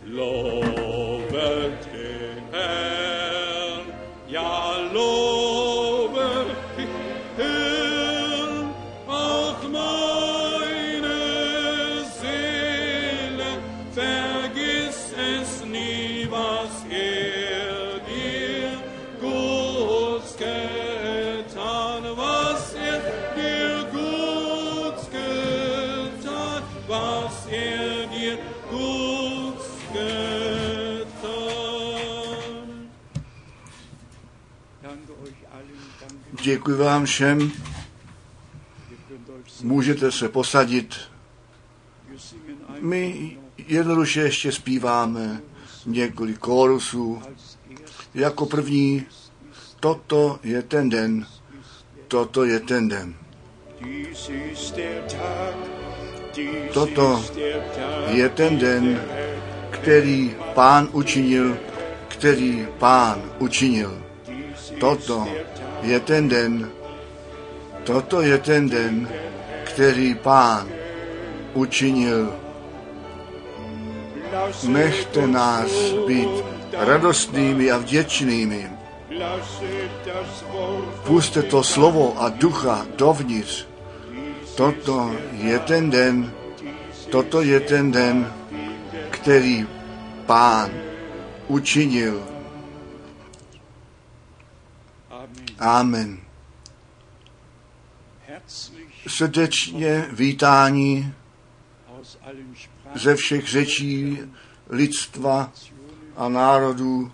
Lobet den Herrn, ja, lobet den Herrn, auch meine Seele, vergiss es nie, was dir Gutes getan, was dir Gutes getan, was dir Gutes getan. Děkuji vám všem. Můžete se posadit. My jednoduše ještě zpíváme několik kórusů. Jako první, toto je ten den, toto je ten den. Toto je ten den, který Pán učinil, který Pán učinil. Toto je ten den, toto je ten den, který Pán učinil. Nechte nás být radostnými a vděčnými. Puste to slovo a ducha dovnitř. Toto je ten den, toto je ten den, který Pán učinil. Amen. Srdečně vítání ze všech řečí lidstva a národů.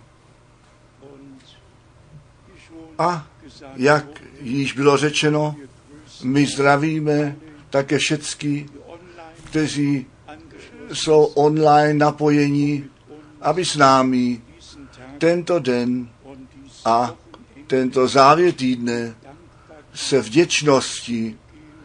A jak již bylo řečeno, my zdravíme také všechny, kteří jsou online napojení, aby s námi tento den a tento závěr týdne se vděčnosti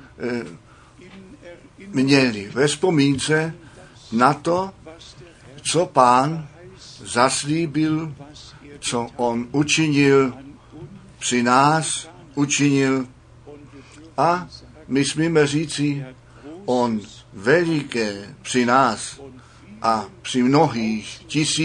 měli ve vzpomínce na to, co Pán zaslíbil, co on učinil při nás, učinil a my smíme říci, on veliké při nás a při mnohých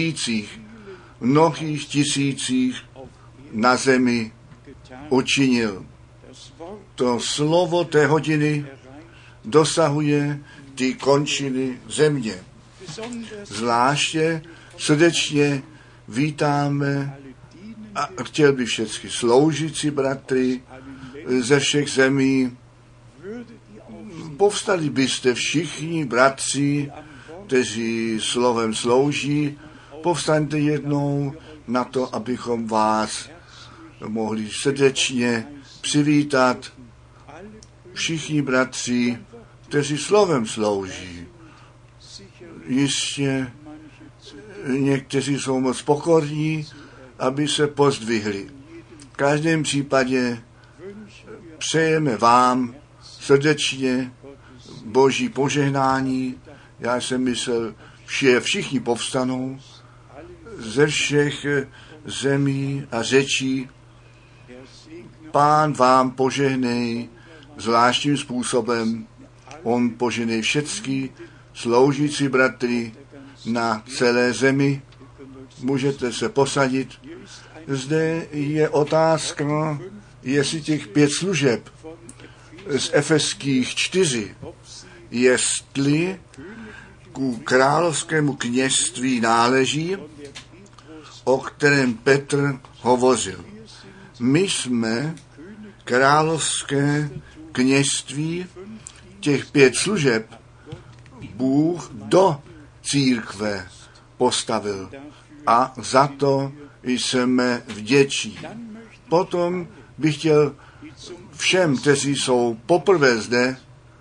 tisících na zemi učinil. To slovo té hodiny dosahuje ty končiny země. Zvláště srdečně vítáme a chtěl by všechny sloužící bratry ze všech zemí. Povstali byste všichni bratři, kteří slovem slouží, povstaňte jednou na to, abychom vás mohli srdečně přivítat. Všichni bratři, kteří slovem slouží. Jistě někteří jsou moc pokorní, aby se pozdvihli. V každém případě přejeme vám srdečně Boží požehnání. Já jsem myslel, že všichni povstanou ze všech zemí a řečí. Pán vám požehnej zvláštním způsobem. On požehnej všechny sloužící bratry na celé zemi. Můžete se posadit. Zde je otázka, jestli těch 5 služeb z Efeských 4, jestli ku královskému kněžství náleží, o kterém Petr hovořil. My jsme královské kněžství, těch 5 služeb Bůh do církve postavil a za to jsme vděční. Potom bych chtěl všem, kteří jsou poprvé zde,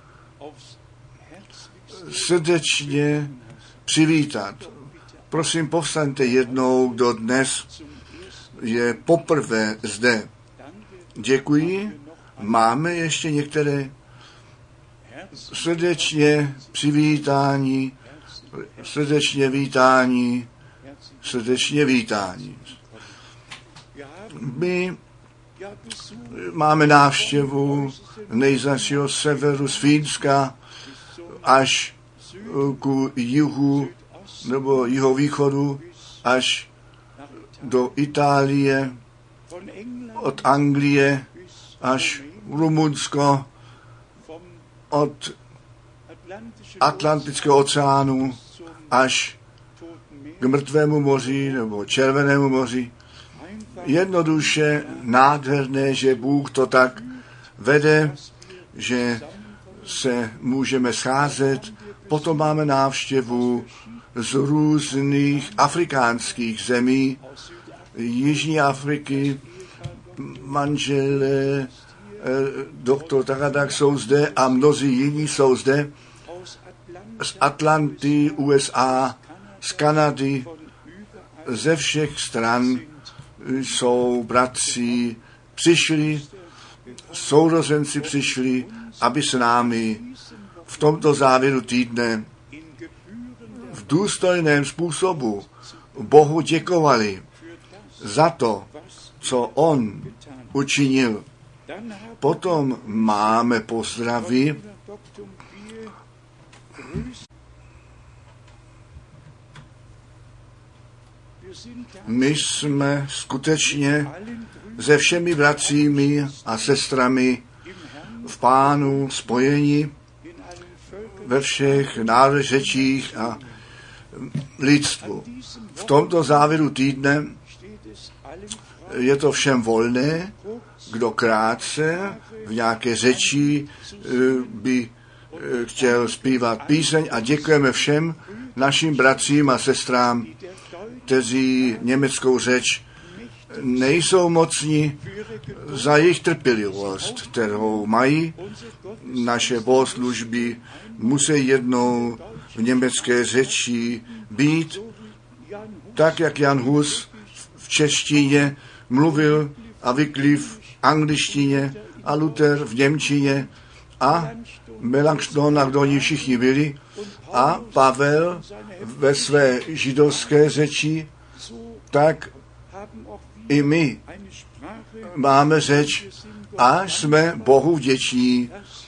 srdečně přivítat. Prosím, povstaňte jednou, kdo dnes je poprvé zde. Děkuji. Máme ještě některé srdečně přivítání, srdečně vítání. My máme návštěvu nejzasšího severu z Fínska až ku jihu nebo jihovýchodu až do Itálie, od Anglie až Rumunsko, od Atlantického oceánu až k Mrtvému moři nebo Červenému moři. Jednoduše nádherné, že Bůh to tak vede, že se můžeme scházet. Potom máme návštěvu z různých afrikánských zemí, Jižní Afriky, manželé, doktor Takadak jsou zde a mnozí jiní jsou zde, z Atlanty, USA, z Kanady, ze všech stran jsou bratři, přišli, sourozenci přišli, aby s námi v tomto závěru týdne v důstojném způsobu Bohu děkovali za to, co On učinil. Potom máme pozdravy. My jsme skutečně se všemi bratřími a sestrami v Pánu spojeni ve všech národech, řečích a lidstvu. V tomto závěru týdne je to všem volné, kdo krátce v nějaké řeči by chtěl zpívat píseň a děkujeme všem našim bratřím a sestrám, kteří německou řeč nejsou mocní za jejich trpělivost, kterou mají. Naše bohoslužby musí jednou v německé řeči být, tak jak Jan Hus v češtině mluvil a Wycliffe v angličtině a Luther v němčině a Melanchthon, a kdo oni všichni byli, a Pavel ve své židovské řeči, tak i my máme řeč a jsme Bohu vděční,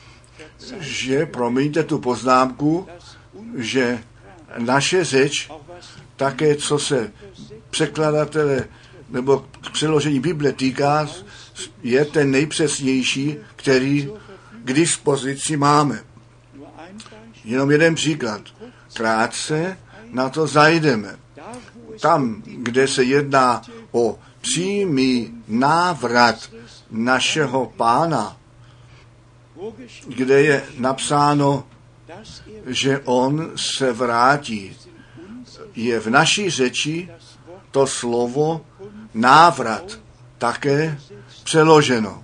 že, promiňte tu poznámku, že naše řeč, také co se překladatele nebo přeložení Bible týká, je ten nejpřesnější, který k dispozici máme. Jenom jeden příklad. Krátce na to zajdeme. Tam, kde se jedná o přímý návrat našeho Pána, kde je napsáno, že on se vrátí. Je v naší řeči to slovo návrat také přeloženo.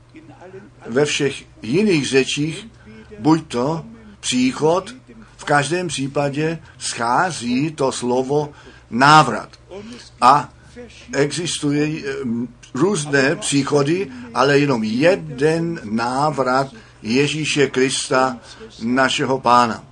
Ve všech jiných řečích buď to příchod, v každém případě schází to slovo návrat. A existují různé příchody, ale jenom jeden návrat Ježíše Krista, našeho Pána.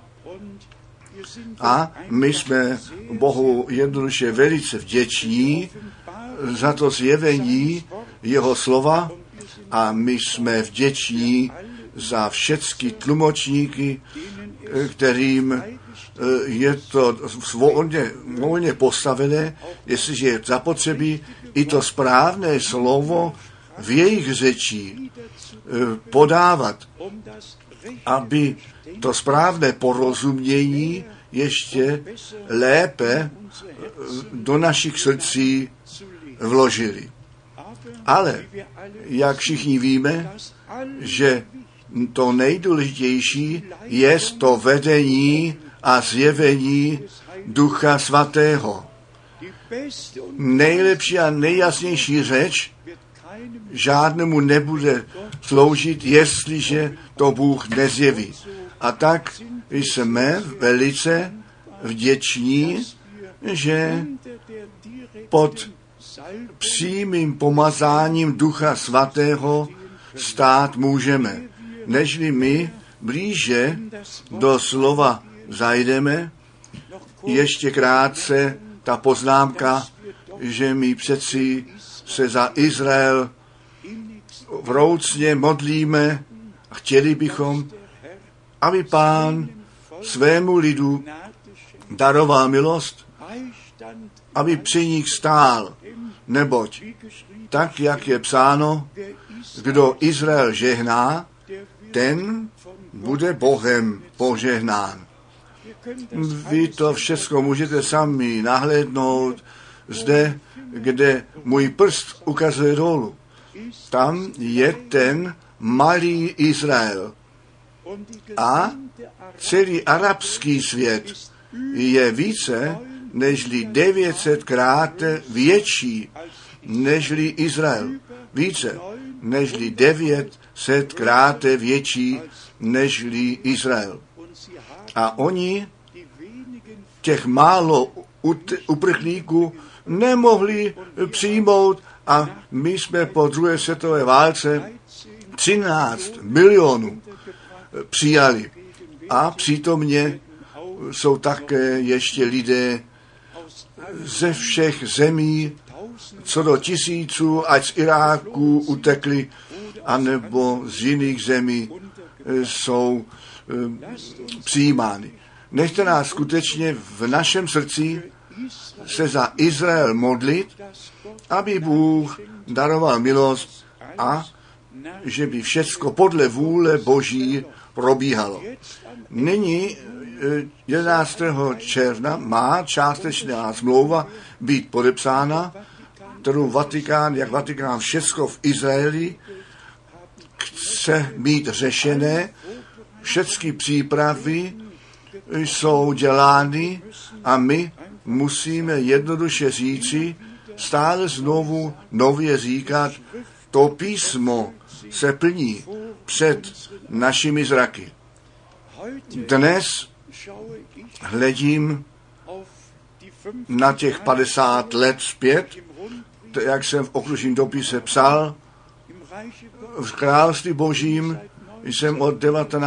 A my jsme Bohu jednoduše velice vděční za to zjevení jeho slova a my jsme vděční za všechny tlumočníky, kterým je to volně postavené, jestliže je zapotřebí i to správné slovo v jejich řeči podávat, aby to správné porozumění ještě lépe do našich srdcí vložili. Ale, jak všichni víme, že to nejdůležitější je to vedení a zjevení Ducha Svatého. Nejlepší a nejjasnější řeč žádnému nebude sloužit, jestliže to Bůh nezjeví. A tak jsme velice vděční, že pod přímým pomazáním Ducha Svatého stát můžeme. Nežli my blíže do slova zajdeme, ještě krátce ta poznámka, že my přeci se za Izrael vroucně modlíme a chtěli bychom, aby Pán svému lidu daroval milost, aby při nich stál, neboť tak, jak je psáno, kdo Izrael žehná, ten bude Bohem požehnán. Vy to všechno můžete sami nahlédnout zde, kde můj prst ukazuje dolů. Tam je ten malý Izrael. A celý arabský svět je více nežli 900krát větší nežli Izrael. Více nežli 900krát větší nežli Izrael. A oni těch málo uprchlíků nemohli přijmout a my jsme po druhé světové válce 13 milionů přijali. A přítomně jsou také ještě lidé ze všech zemí, co do tisíců, ať z Iráku utekli, anebo z jiných zemí jsou přijímány. Nechte nás skutečně v našem srdci se za Izrael modlit, aby Bůh daroval milost a že by všecko podle vůle Boží probíhalo. Nyní 11. června má částečná smlouva být podepsána, kterou Vatikán všecko v Izraeli chce mít řešené. Všechny přípravy jsou dělány a my musíme jednoduše říci, stále znovu nově říkat, to písmo se plní před našimi zraky. Dnes hledím na těch 50 let zpět, jak jsem v okružním dopise psal, v království Božím jsem od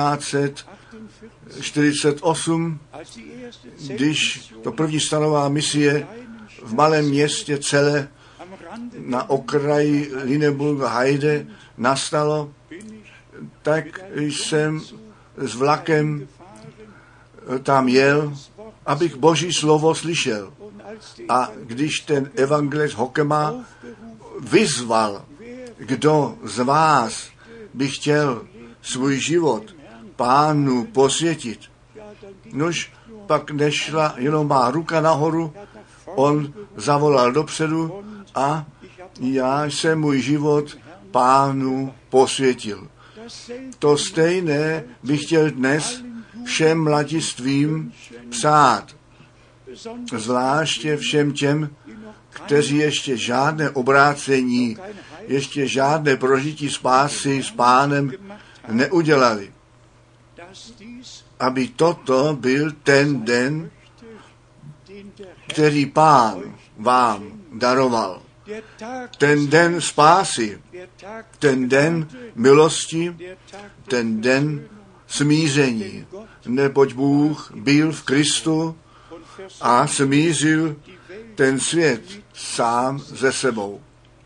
1948, když to první stanová misie v malém městě Celle na okraji Lüneburga Heide nastalo, tak jsem s vlakem tam jel, abych Boží slovo slyšel. A když ten evangelist Hokema vyzval, kdo z vás by chtěl svůj život Pánu posvětit, nož pak nešla jenom má ruka nahoru, on zavolal dopředu a já jsem můj život Pánu posvětil. To stejné bych chtěl dnes všem mladistvím psát, zvláště všem těm, kteří ještě žádné obrácení, ještě žádné prožití spásy s Pánem neudělali. Aby toto byl ten den, který Pán vám daroval. Ten den spásy, ten den milosti, ten den smíření, neboť Bůh byl v Kristu a smířil ten svět sám ze sebou.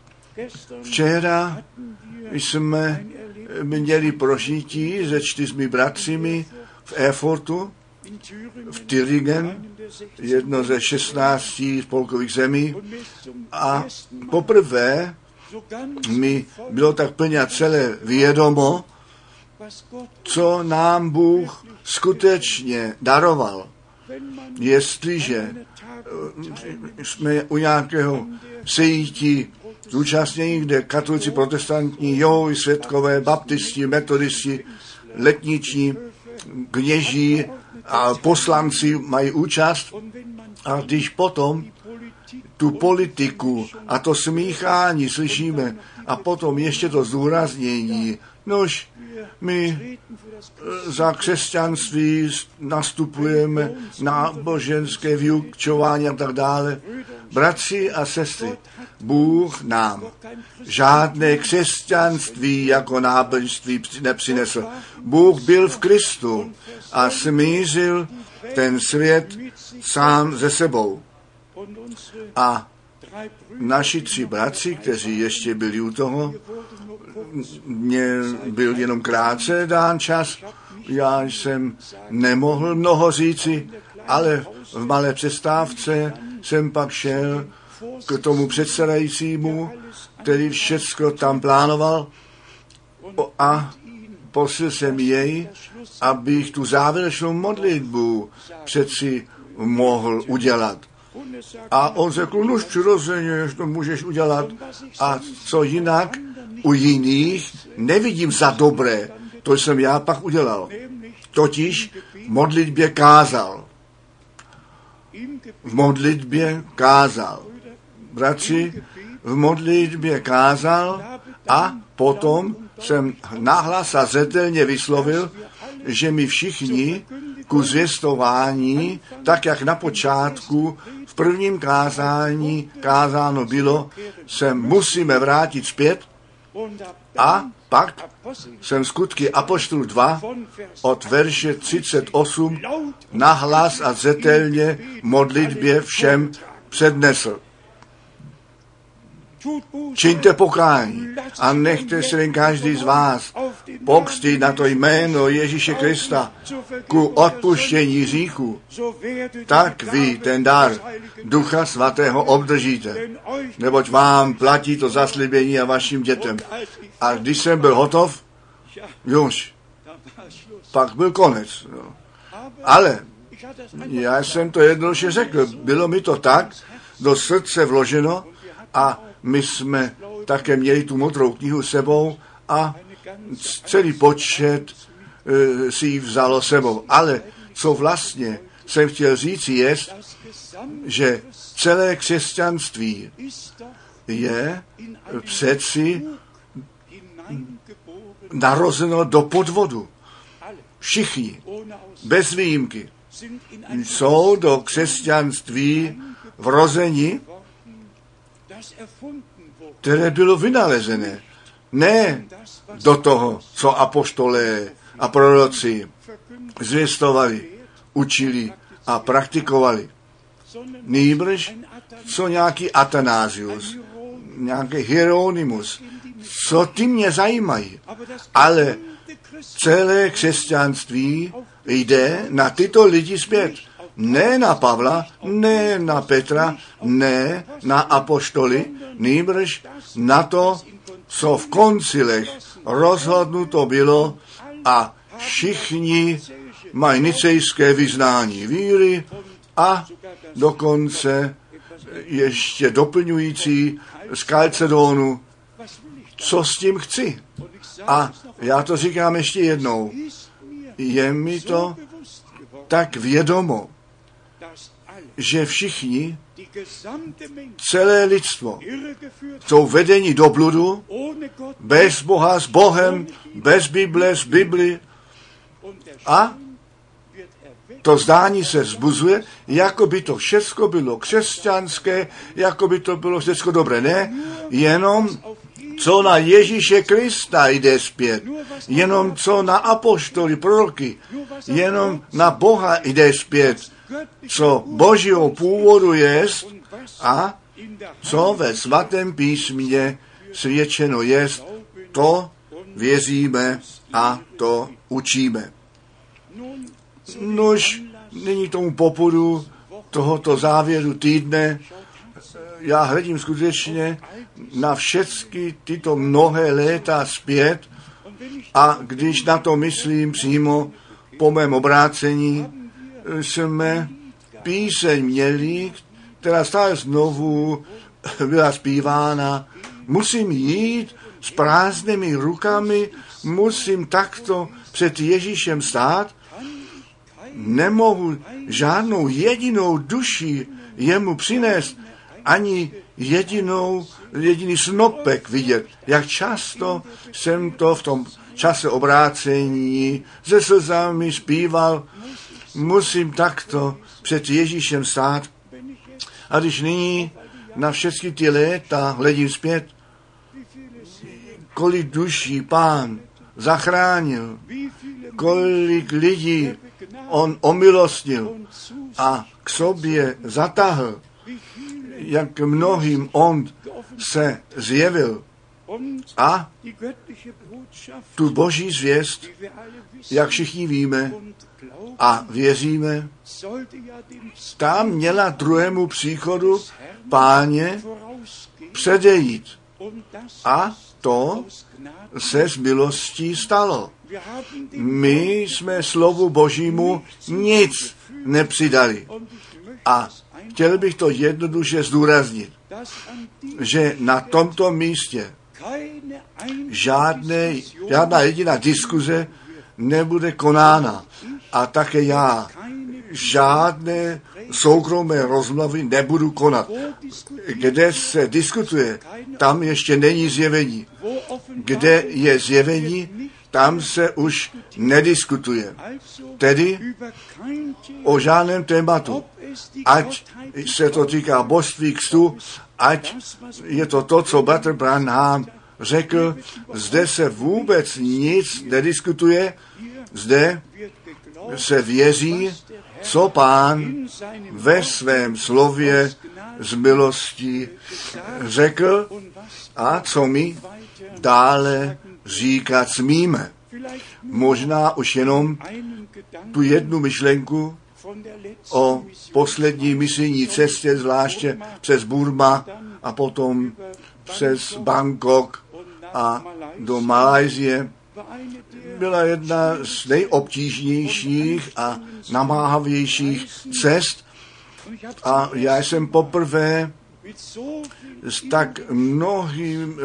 Včera jsme měli prožití se 4 bratřími v Erfurtu, v Thüringen, jedno ze 16 spolkových zemí, a poprvé mi bylo tak plně celé vědomo, co nám Bůh skutečně daroval. Jestliže jsme u nějakého sejítí zúčastnění, kde katolici, protestantní, Jehovovi svědkové, baptisti, metodisti, letniční, kněží a poslanci mají účast, a když potom tu politiku a to smíchání slyšíme a potom ještě to zdůraznění, nož my za křesťanství nastupujeme na boženské vyučování a tak dále. Bratři a sestry, Bůh nám žádné křesťanství jako náboženství nepřinesl. Bůh byl v Kristu a smířil ten svět sám ze sebou. A naši 3 bratři, kteří ještě byli u toho, mě byl jenom krátce dán čas, já jsem nemohl mnoho říci, Ale v malé přestávce jsem pak šel k tomu předsedajícímu, který všecko tam plánoval a prosil jsem jej, abych tu závěrečnou modlitbu přeci mohl udělat. A on řekl, no přirozeně, to můžeš udělat. A co jinak u jiných nevidím za dobré, to jsem já pak udělal. Totiž v modlitbě kázal. V modlitbě kázal. Bratři, v modlitbě kázal a potom jsem nahlas a zřetelně vyslovil, že my všichni ku zvěstování, tak jak na počátku v prvním kázání kázáno bylo, se musíme vrátit zpět a pak jsem Skutky apoštolů 2 od verše 38 nahlas a zřetelně modlitbě všem přednesl. Čiňte pokání a nechte se jen každý z vás pokřtít na to jméno Ježíše Krista ku odpuštění hříchu. Tak vy ten dar Ducha Svatého obdržíte, neboť vám platí to zaslíbení a vašim dětem. A když jsem byl hotov, už, pak byl konec. No. Ale já jsem to jednoduše řekl, bylo mi to tak do srdce vloženo a my jsme také měli tu modrou knihu sebou a celý počet si ji vzalo sebou. Ale co vlastně jsem chtěl říct je, že celé křesťanství je přeci narozeno do podvodu. Všichni, bez výjimky, jsou do křesťanství vrozeni, které bylo vynalezené. Ne do toho, co apoštolé a proroci zvěstovali, učili a praktikovali. Nýbrž, co nějaký Athanásius, nějaký Hieronymus, co ty mě zajímají. Ale celé křesťanství jde na tyto lidi zpět. Ne na Pavla, ne na Petra, ne na apoštoly, nýbrž na to, co v koncilech rozhodnuto bylo a všichni mají nicejské vyznání víry a dokonce ještě doplňující z Kalcedónu, co s tím chci. A já to říkám ještě jednou, je mi to tak vědomo, že všichni, celé lidstvo, jsou vedeni do bludu, bez Boha, s Bohem, bez Bible, s Bibli. A to zdání se vzbuzuje, jako by to všecko bylo křesťanské, jako by to bylo všecko dobré. Ne, jenom co na Ježíše Krista jde zpět, jenom co na apoštoly, proroky, jenom na Boha jde zpět, co božího původu jest a co ve svatém písmě svědčeno jest, to věříme a to učíme. Nož nyní tomu popudu tohoto závěru týdne já hledím skutečně na všechny tyto mnohé léta zpět a když na to myslím přímo po mém obrácení, jsme píseň měli, která stále znovu byla zpívána. Musím jít s prázdnými rukami, musím takto před Ježíšem stát, nemohu žádnou jedinou duši jemu přinést, ani jediný snopek vidět. Jak často jsem to v tom čase obrácení se slzami zpíval, musím takto před Ježíšem stát. A když nyní na všechny ty léta hledím zpět, kolik duší Pán zachránil, kolik lidí on omilostnil a k sobě zatáhl, jak mnohým on se zjevil. A tu boží zvěst, jak všichni víme a věříme, ta měla druhému příchodu Páně předejít. A to se z milostí stalo. My jsme slovu Božímu nic nepřidali. A chtěl bych to jednoduše zdůraznit, že na tomto místě žádná jediná diskuze nebude konána. A také já žádné soukromé rozmluvy nebudu konat. Kde se diskutuje, tam ještě není zjevení. Kde je zjevení, tam se už nediskutuje. Tedy o žádném tématu. Ať se to týká božství křtu, ať je to, co bratr Branham řekl, zde se vůbec nic nediskutuje, zde se věří, co Pán ve svém slově z milostí řekl a co my dále říkat smíme. Možná už jenom tu jednu myšlenku o poslední misijní cestě, zvláště přes Burma a potom přes Bangkok a do Malajsie. Byla jedna z nejobtížnějších a namáhavějších cest a já jsem poprvé s tak mnohým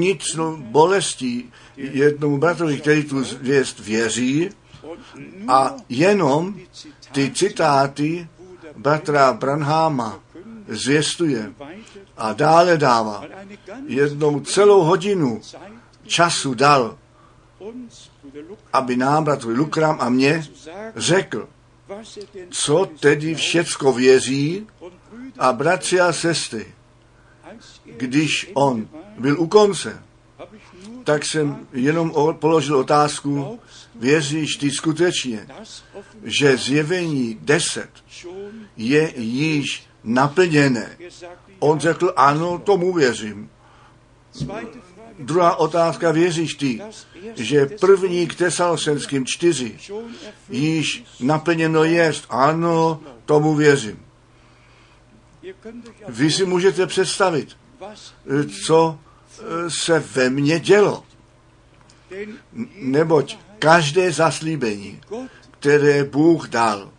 bolestí jednomu bratrovi, který tu zvěst věří, a jenom ty citáty bratra Branhama zvěstuje a dále dává. Jednou celou hodinu času dal, aby nám, bratr Lukram a mě, řekl, co tedy všecko věří, a bratři a sestry, když on byl u konce, tak jsem jenom položil otázku, věříš ty skutečně, že zjevení 10 je již naplněné? On řekl, ano, tomu věřím. Druhá otázka, věříš ty, že první k Tesalonickým 4 již naplněno jest? Ano, tomu věřím. Vy si můžete představit, co se ve mně dělo. Neboť každé zaslíbení, které Bůh dal,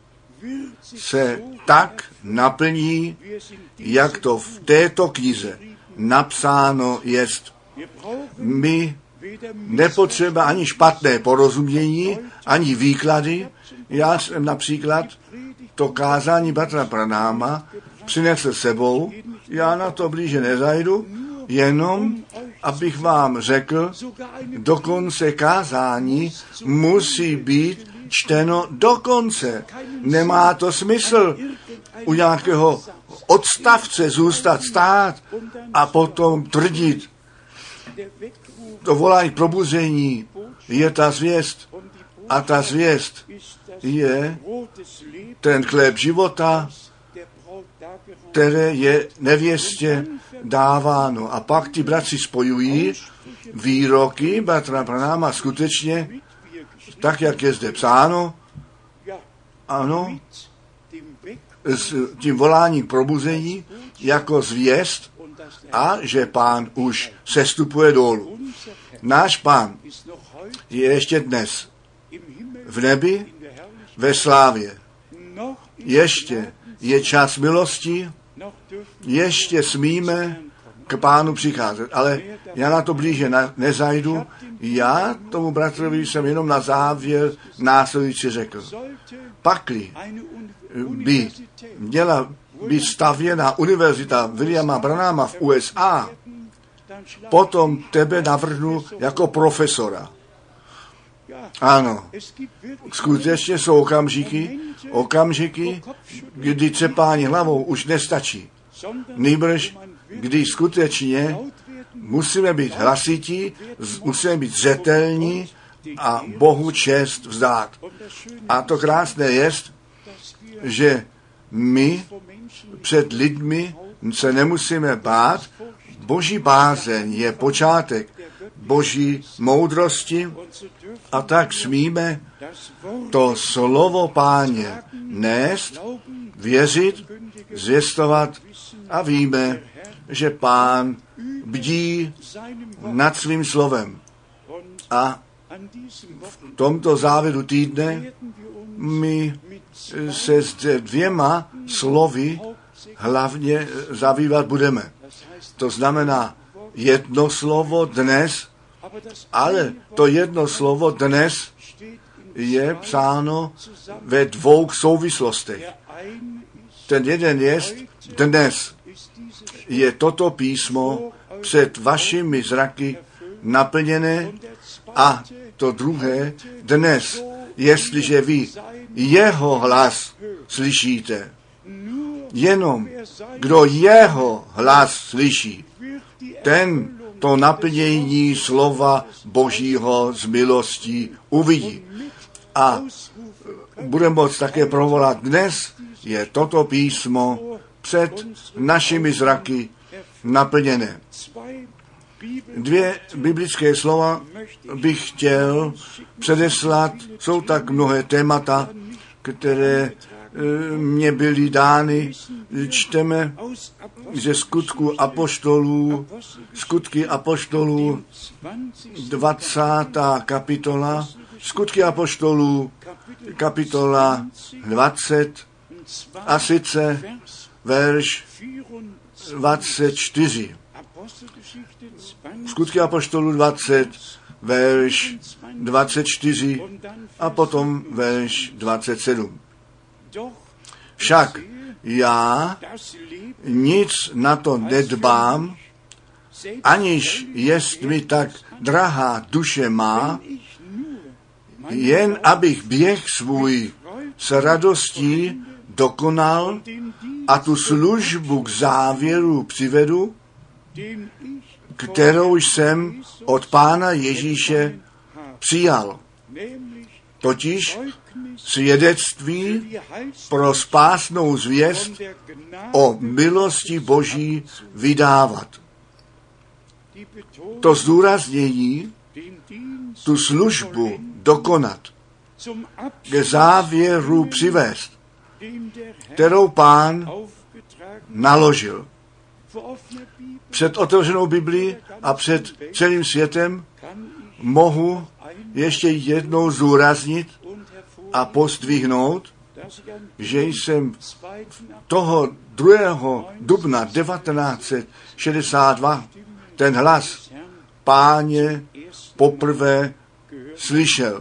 se tak naplní, jak to v této knize napsáno jest. My nepotřebujeme ani špatné porozumění, ani výklady. Já jsem například to kázání bratra Branhama přinesl sebou, já na to blíže nezajdu, jenom abych vám řekl, dokonce kázání musí být čteno do konce. Nemá to smysl u nějakého odstavce zůstat stát a potom tvrdit. To volání probuzení je ta zvěst a ta zvěst je ten chléb života, které je nevěstě dáváno. A pak ti bratři spojují výroky bratra Branhama skutečně, tak, jak je zde psáno, ano, s tím voláním probuzení jako zvěst a že Pán už sestupuje dolů. Náš Pán je ještě dnes v nebi ve slávě. Ještě je čas milosti, ještě smíme k Pánu přicházet. Ale já na to blíže nezajdu. Já tomu bratrovi jsem jenom na závěr následující řekl. Pakli by měla být stavěna univerzita Williama Branhama v USA, potom tebe navrhnu jako profesora. Ano, skutečně jsou okamžiky, kdy třepání hlavou už nestačí. Nýbrž, kdy skutečně musíme být hlasití, musíme být zřetelní a Bohu čest vzdát. A to krásné jest, že my před lidmi se nemusíme bát, Boží bázeň je počátek Boží moudrosti a tak smíme to slovo Páně nést, věřit, zvěstovat a víme, že Pán bdí nad svým slovem. A v tomto závěru týdne my se s dvěma slovy hlavně zabývat budeme. To znamená jedno slovo dnes, ale to jedno slovo dnes je psáno ve dvou souvislostech. Ten jeden je dnes. Je toto písmo před vašimi zraky naplněné a to druhé dnes, jestliže vy jeho hlas slyšíte. Jenom kdo jeho hlas slyší, ten to naplnění slova Božího z milostí uvidí. A budeme moct také provolat dnes, je toto písmo před našimi zraky naplněné. Dvě biblické slova bych chtěl předeslat. Jsou tak mnohé témata, které mně byly dány. Čteme ze Skutky apoštolů, 20. kapitola, Skutky apoštolů, kapitola 20, a sice verš 24. Skutky apoštolů 20, verš 24 a potom verš 27. Však já nic na to nedbám, aniž jest mi tak drahá duše má, jen abych běh svůj s radostí dokonal a tu službu k závěru přivedu, kterou jsem od Pána Ježíše přijal. Totiž svědectví pro spásnou zvěst o milosti Boží vydávat. To zdůraznění, tu službu dokonat, k závěru přivést, kterou Pán naložil. Před otevřenou Biblií a před celým světem mohu ještě jednou zdůraznit a pozdvihnout, že jsem toho 2. dubna 1962 ten hlas Páně poprvé slyšel.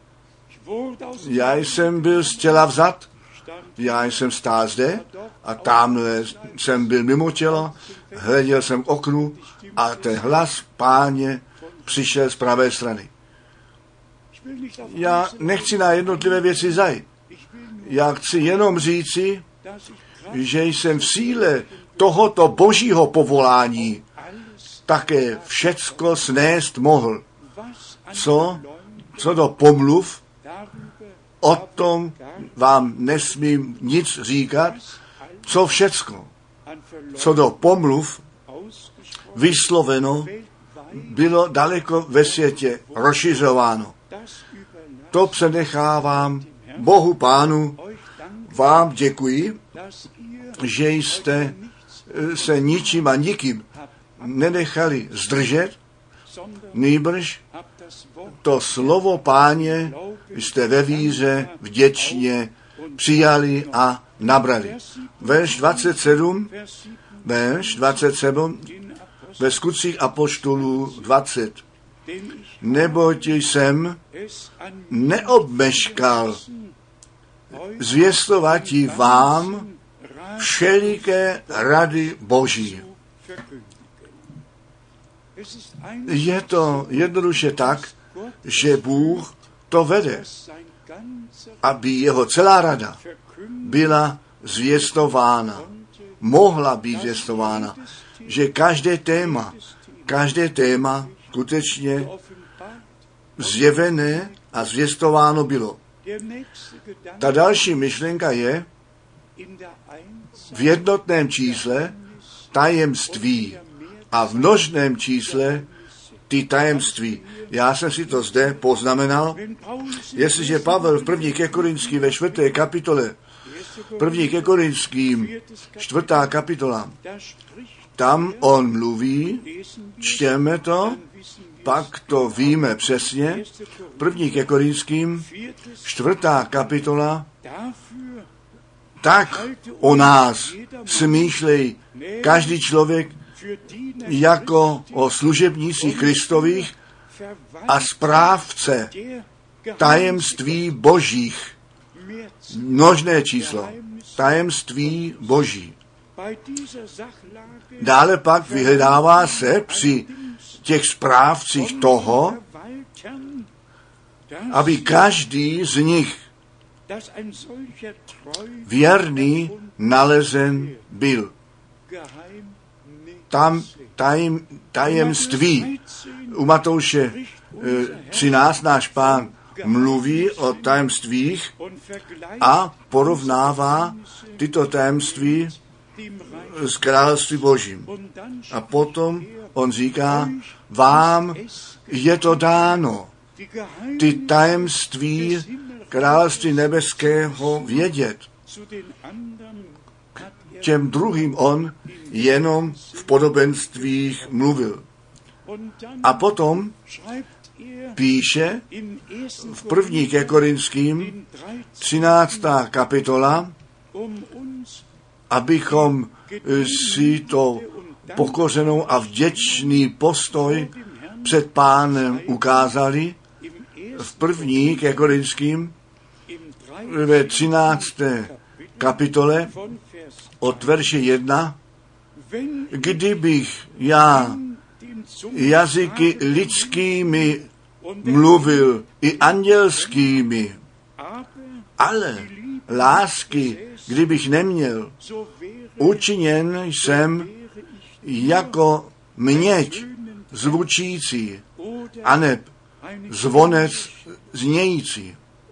Já jsem byl z těla vzat, já jsem stál zde a tamhle jsem byl mimo tělo, hleděl jsem k oknu a ten hlas Páně přišel z pravé strany. Já nechci na jednotlivé věci zajít. Já chci jenom říci, že jsem v síle tohoto Božího povolání také všecko snést mohl. Co do pomluv, o tom vám nesmím nic říkat, co všecko. Co do pomluv vysloveno, bylo daleko ve světě rozšiřováno. To přenechávám Bohu Pánu. Vám děkuji, že jste se ničím a nikým nenechali zdržet, nýbrž to slovo Páně jste ve víře vděčně přijali a nabrali. Verš 27 ve Skutcích apoštolů 20. Neboť jsem neobmeškal zvěstovati vám všeliké rady Boží. Je to jednoduše tak, že Bůh to vede, aby jeho celá rada byla zvěstována, mohla být zvěstována, že každé téma skutečně zjevené a zvěstováno bylo. Ta další myšlenka je v jednotném čísle tajemství a v množném čísle ty tajemství. Já jsem si to zde poznamenal. Jestliže Pavel v 1. ke Korinským ve 4. kapitole, 1. ke Korinským 4. kapitola, tam on mluví, čteme to, pak to víme přesně. 1. ke Korinským 4. kapitola, tak o nás smýšlej každý člověk jako o služebnících Kristových a správce tajemství božích. Množné číslo. Tajemství boží. Dále pak vyhledává se při těch správcích toho, aby každý z nich věrný nalezen byl. Tam tajemství. U Matouše 13 náš Pán mluví o tajemstvích a porovnává tyto tajemství s království božím. A potom on říká, vám je to dáno, ty tajemství království nebeského vědět. Těm druhým on jenom v podobenstvích mluvil. A potom píše v 1. ke Korinským 13. kapitola, abychom si to pokořenou a vděčný postoj před Pánem ukázali. V 1. ke Korinským ve 13. kapitole od verše 1, kdybych já jazyky lidskými mluvil i andělskými, ale lásky, kdybych neměl, učiněn jsem jako měď zvučící, aneb zvonec znějící.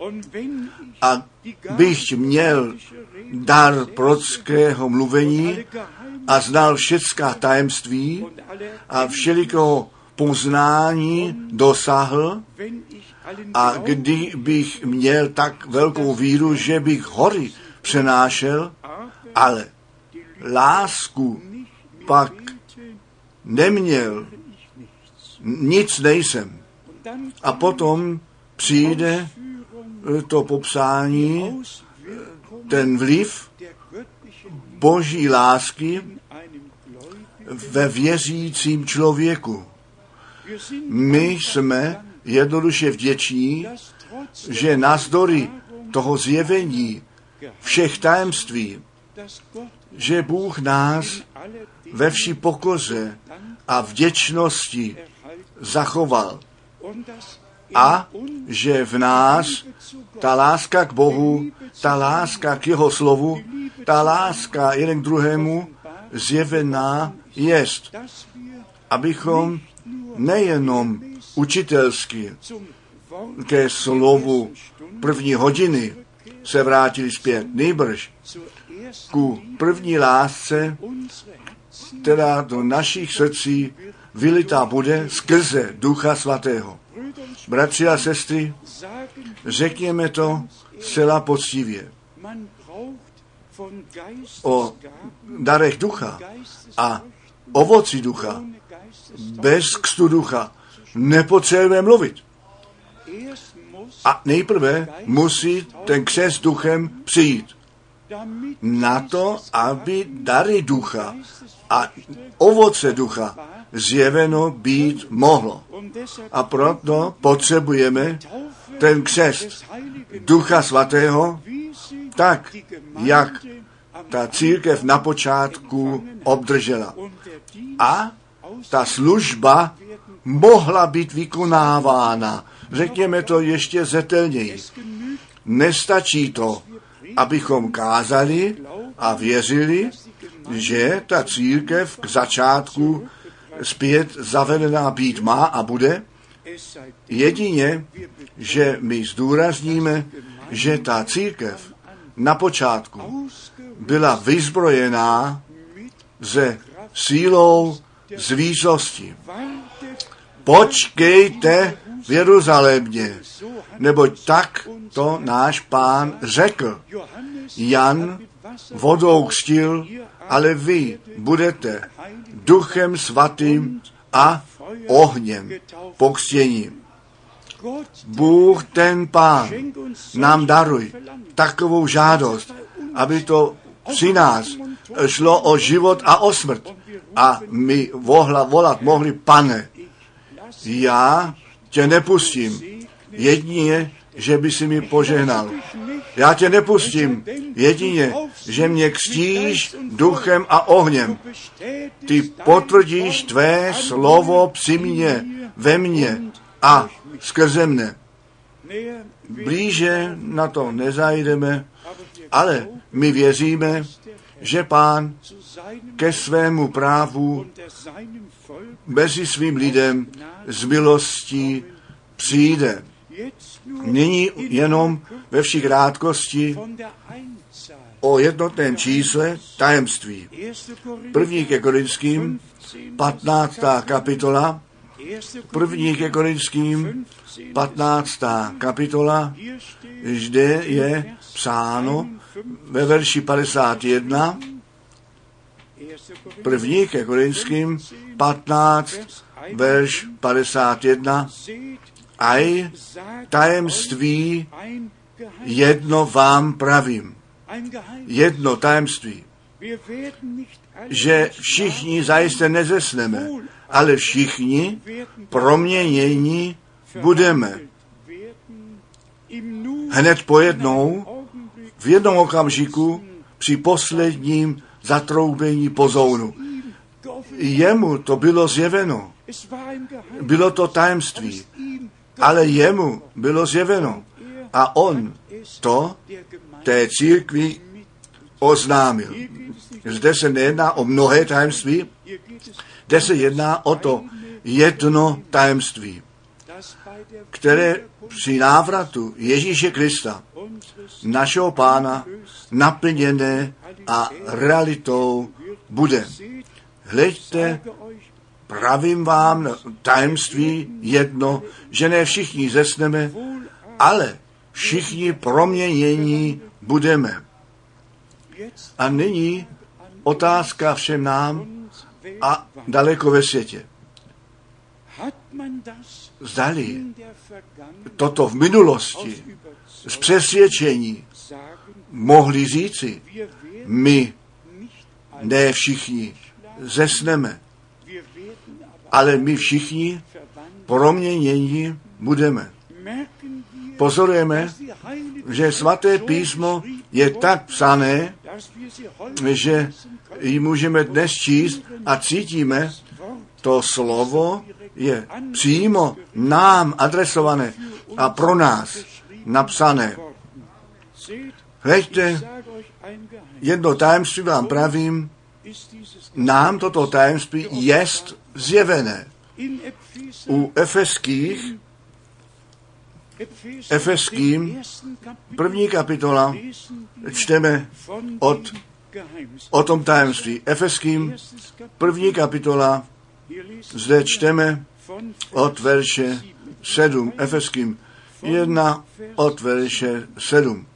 A bych měl dar prorockého mluvení a znal všecká tajemství a všelikého poznání dosáhl, a kdybych měl tak velkou víru, že bych hory přenášel, ale lásku pak neměl, nic nejsem. A potom přijde to popsání, ten vliv boží lásky ve věřícím člověku. My jsme jednoduše vděční, že navzdory toho zjevení všech tajemství, že Bůh nás ve vší pokoře a vděčnosti zachoval a že v nás ta láska k Bohu, ta láska k jeho slovu, ta láska jeden k druhému zjevená jest, abychom nejenom učitelsky ke slovu první hodiny se vrátili zpět, nejbrž ku první lásce, která do našich srdcí vylitá bude skrze Ducha Svatého. Bratři a sestry, řekněme to zcela poctivě. O darech ducha a ovoci ducha, bez křtu ducha, nepotřebujeme mluvit. A nejprve musí ten křest duchem přijít. Na to, aby dary ducha a ovoce ducha zjeveno být mohlo. A proto potřebujeme ten křest Ducha Svatého, tak, jak ta církev na počátku obdržela. A ta služba mohla být vykonávána. Řekněme to ještě zetelněji. Nestačí to, abychom kázali a věřili, že ta církev k začátku zpět zavedená být má a bude, jedině, že my zdůrazníme, že ta církev na počátku byla vyzbrojená se sílou z výsosti. Počkejte v Jeruzalémě, neboť tak to náš Pán řekl. Jan vodou křtil, ale vy budete Duchem Svatým a ohněm pokřtění. Bůh ten Pán nám daruje takovou žádost, aby to při nás šlo o život a o smrt. A my volat mohli: Pane, já tě nepustím, jedině, že by si mi požehnal. Já tě nepustím, jedině, že mě křtíš duchem a ohněm. Ty potvrdíš tvé slovo při mně, ve mně a skrze mne. Blíže na to nezajdeme, ale my věříme, že Pán ke svému právu mezi svým lidem z milostí přijde. Nyní jenom ve vší krátkosti o jednotném čísle tajemství. 1. ke Korinským, 15. kapitola, 1. ke Korinským, 15. kapitola, zde je psáno ve verši 51, 1. ke Korinským, 15, verš 51, aj tajemství jedno vám pravím. Jedno tajemství, že všichni zajisté nezesneme, ale všichni proměnění budeme. Hned po jednou, v jednom okamžiku, při posledním zatroubení pozounu. Jemu to bylo zjeveno. Bylo to tajemství, ale jemu bylo zjeveno. A on to té církvi oznámil. Zde se nejedná o mnohé tajemství, zde se jedná o to jedno tajemství, které při návratu Ježíše Krista, našeho Pána, naplněné a realitou bude. Hleďte, pravím vám tajemství jedno, že ne všichni zesneme, ale všichni proměnění budeme. A nyní otázka všem nám a daleko ve světě. Zdali toto v minulosti z přesvědčení mohli říci, my ne všichni zesneme, ale my všichni proměnění budeme. Pozorujeme, že svaté písmo je tak psané, že ji můžeme dnes číst a cítíme, to slovo je přímo nám adresované a pro nás napsané. Hleďte, jedno tajemství vám pravím, nám toto tajemství jest zjevené. U Efeským, 1. kapitola, čteme o tom tajemství. Efeským, 1. kapitola, zde čteme od verše 7. Efeským 1 od verše 7.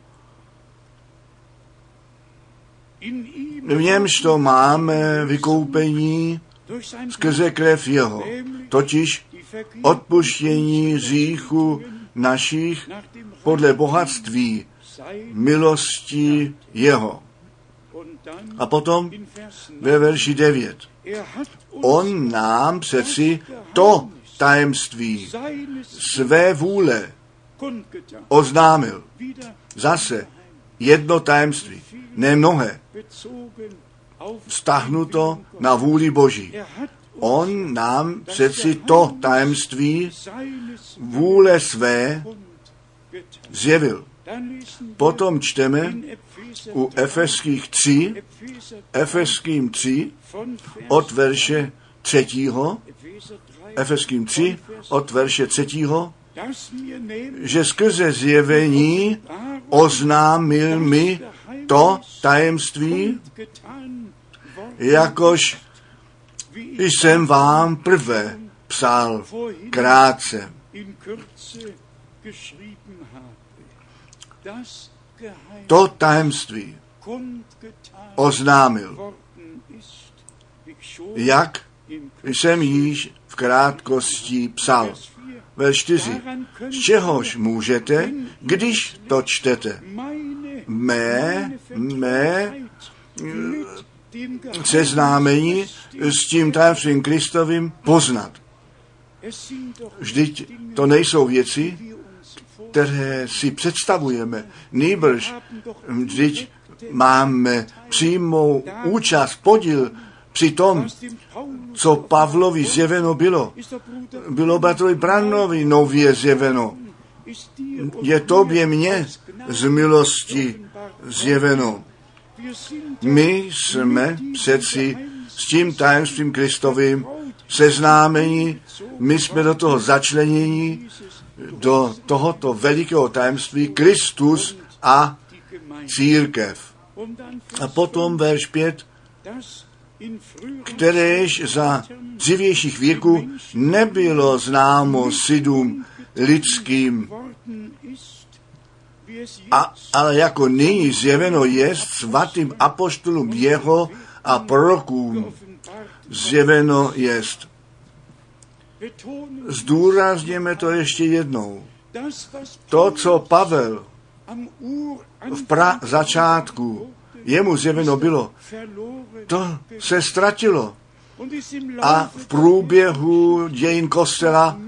V němž to máme vykoupení skrze krev jeho, totiž odpuštění hříchu našich podle bohatství milosti jeho. A potom ve verši 9. On nám přeci to tajemství své vůle oznámil. Zase jedno tajemství, ne mnohé, vztahnuto na vůli Boží. On nám přeci to tajemství vůle své zjevil. Potom čteme u Efeským 3 od verše 3. Efeským 3 od verše 3. že skrze zjevení oznámil mi to tajemství, jakož jsem vám prvé psal krátce. To tajemství oznámil, jak jsem již v krátkosti psal. Verš 4. Z čehož můžete, když to čtete, mé seznámení s tím tajemstvím Kristovým poznat. Vždyť to nejsou věci, které si představujeme. Nýbrž, vždyť máme přímou účast, podíl při tom, co Pavlovi zjeveno bylo. Bylo bratrovi Branhanovi nově zjeveno. Je tobě mně z milosti zjeveno. My jsme přeci s tím tajemstvím Kristovým seznámení, my jsme do toho začlenění, do tohoto velikého tajemství Kristus a církev. A potom verš 5, kteréž za dřívějších věků nebylo známo sidům lidským, ale jako nyní zjeveno jest svatým apoštolům jeho a prorokům zjeveno jest. Zdůrazněme to ještě jednou. To, co Pavel v začátku jemu zjeveno bylo, to se ztratilo a v průběhu dějin kostela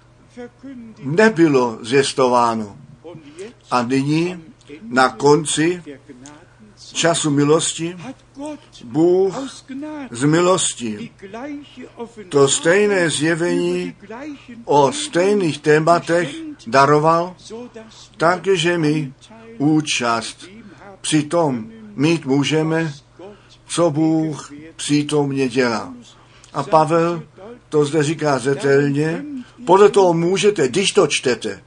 nebylo zvěstováno. A nyní na konci času milosti Bůh z milosti to stejné zjevení o stejných tématech daroval, takže my účast při tom mít můžeme, co Bůh přítomně dělá. A Pavel to zde říká zetelně, podle toho můžete, když to čtete,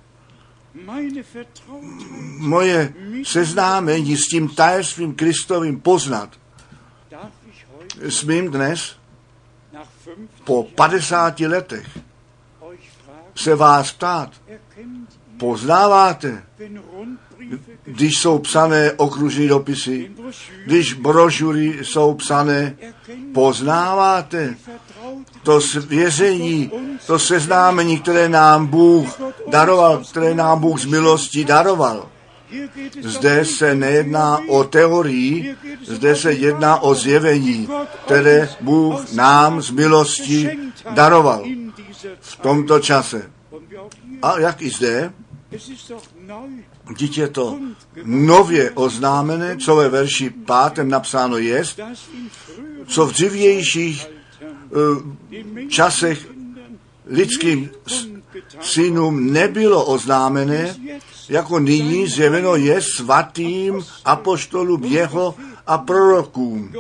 moje seznámení s tím tajemstvím Kristovým poznat. Smím dnes, po 50 letech, se vás ptát, poznáváte, když jsou psané okružní dopisy, když brožury jsou psané, poznáváte to svěření, to seznámení, které nám Bůh daroval, které nám Bůh z milosti daroval. Zde se nejedná o teorii, zde se jedná o zjevení, které Bůh nám z milosti daroval v tomto čase. A jak i zde, dítě to nově oznámené, co ve verši 5. napsáno jest, co v dřívějších časech lidským synům nebylo oznámené, jako nyní zjeveno je svatým apoštolům jeho a prorokům.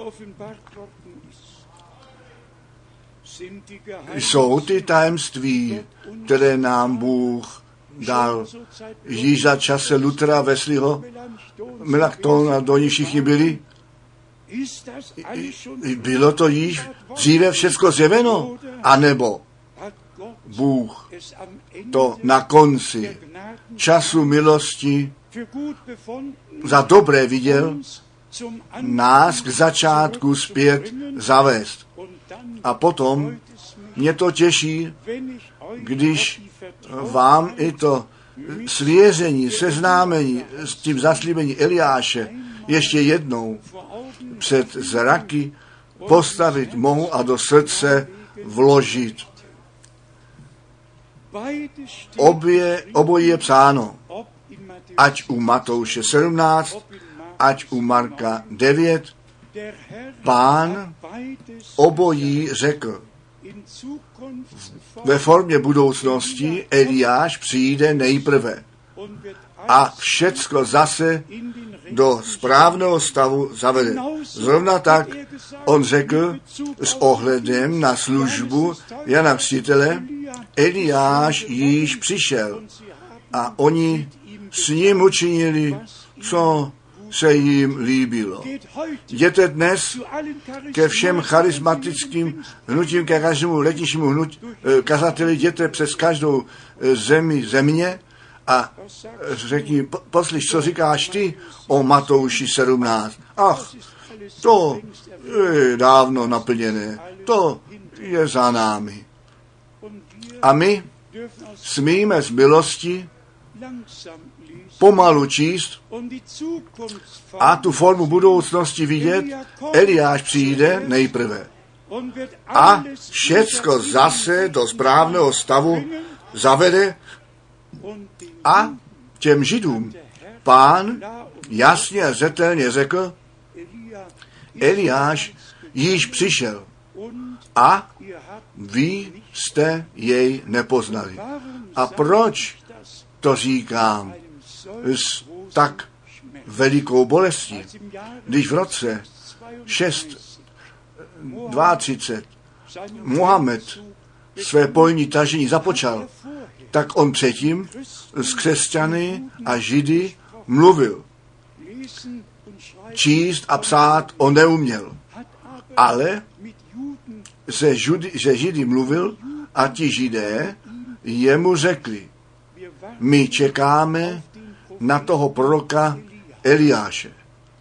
Jsou ty tajemství, které nám Bůh dal. Již za čase Luthera, Wesleyho, Melanchthona, do ní všichni byli. Bylo to již dříve všecko zjeveno? A nebo Bůh to na konci času milosti za dobré viděl nás k začátku zpět zavést. A potom mě to těší, když vám i to svěření, seznámení s tím zaslíbení Eliáše ještě jednou před zraky postavit mohu a do srdce vložit. Obojí je psáno, ať u Matouše 17, ať u Marka 9, Pán obojí řekl. Ve formě budoucnosti Eliáš přijde nejprve a všecko zase do správného stavu zavede. Zrovna tak on řekl s ohledem na službu Jana Křtitele, Eliáš již přišel a oni s ním učinili, co se jim líbilo. Jděte dnes ke všem charismatickým hnutím, ke každému letničnímu kazateli, jděte přes každou země a řekni, poslyš, co říkáš ty o Matouši 17. Ach, to je dávno naplněné, to je za námi. A my smíme z milosti pomalu číst a tu formu budoucnosti vidět. Eliáš přijde nejprve a všecko zase do správného stavu zavede a těm Židům Pán jasně a zřetelně řekl, Eliáš již přišel a vy jste jej nepoznali. A proč to říkám s tak velikou bolestí? Když v roce 632 Mohamed své polní tažení započal, tak on předtím s křesťany a Židy mluvil. Číst a psát on neuměl, ale se Židy mluvil a ti Židé jemu řekli, my čekáme na toho proroka Eliáše.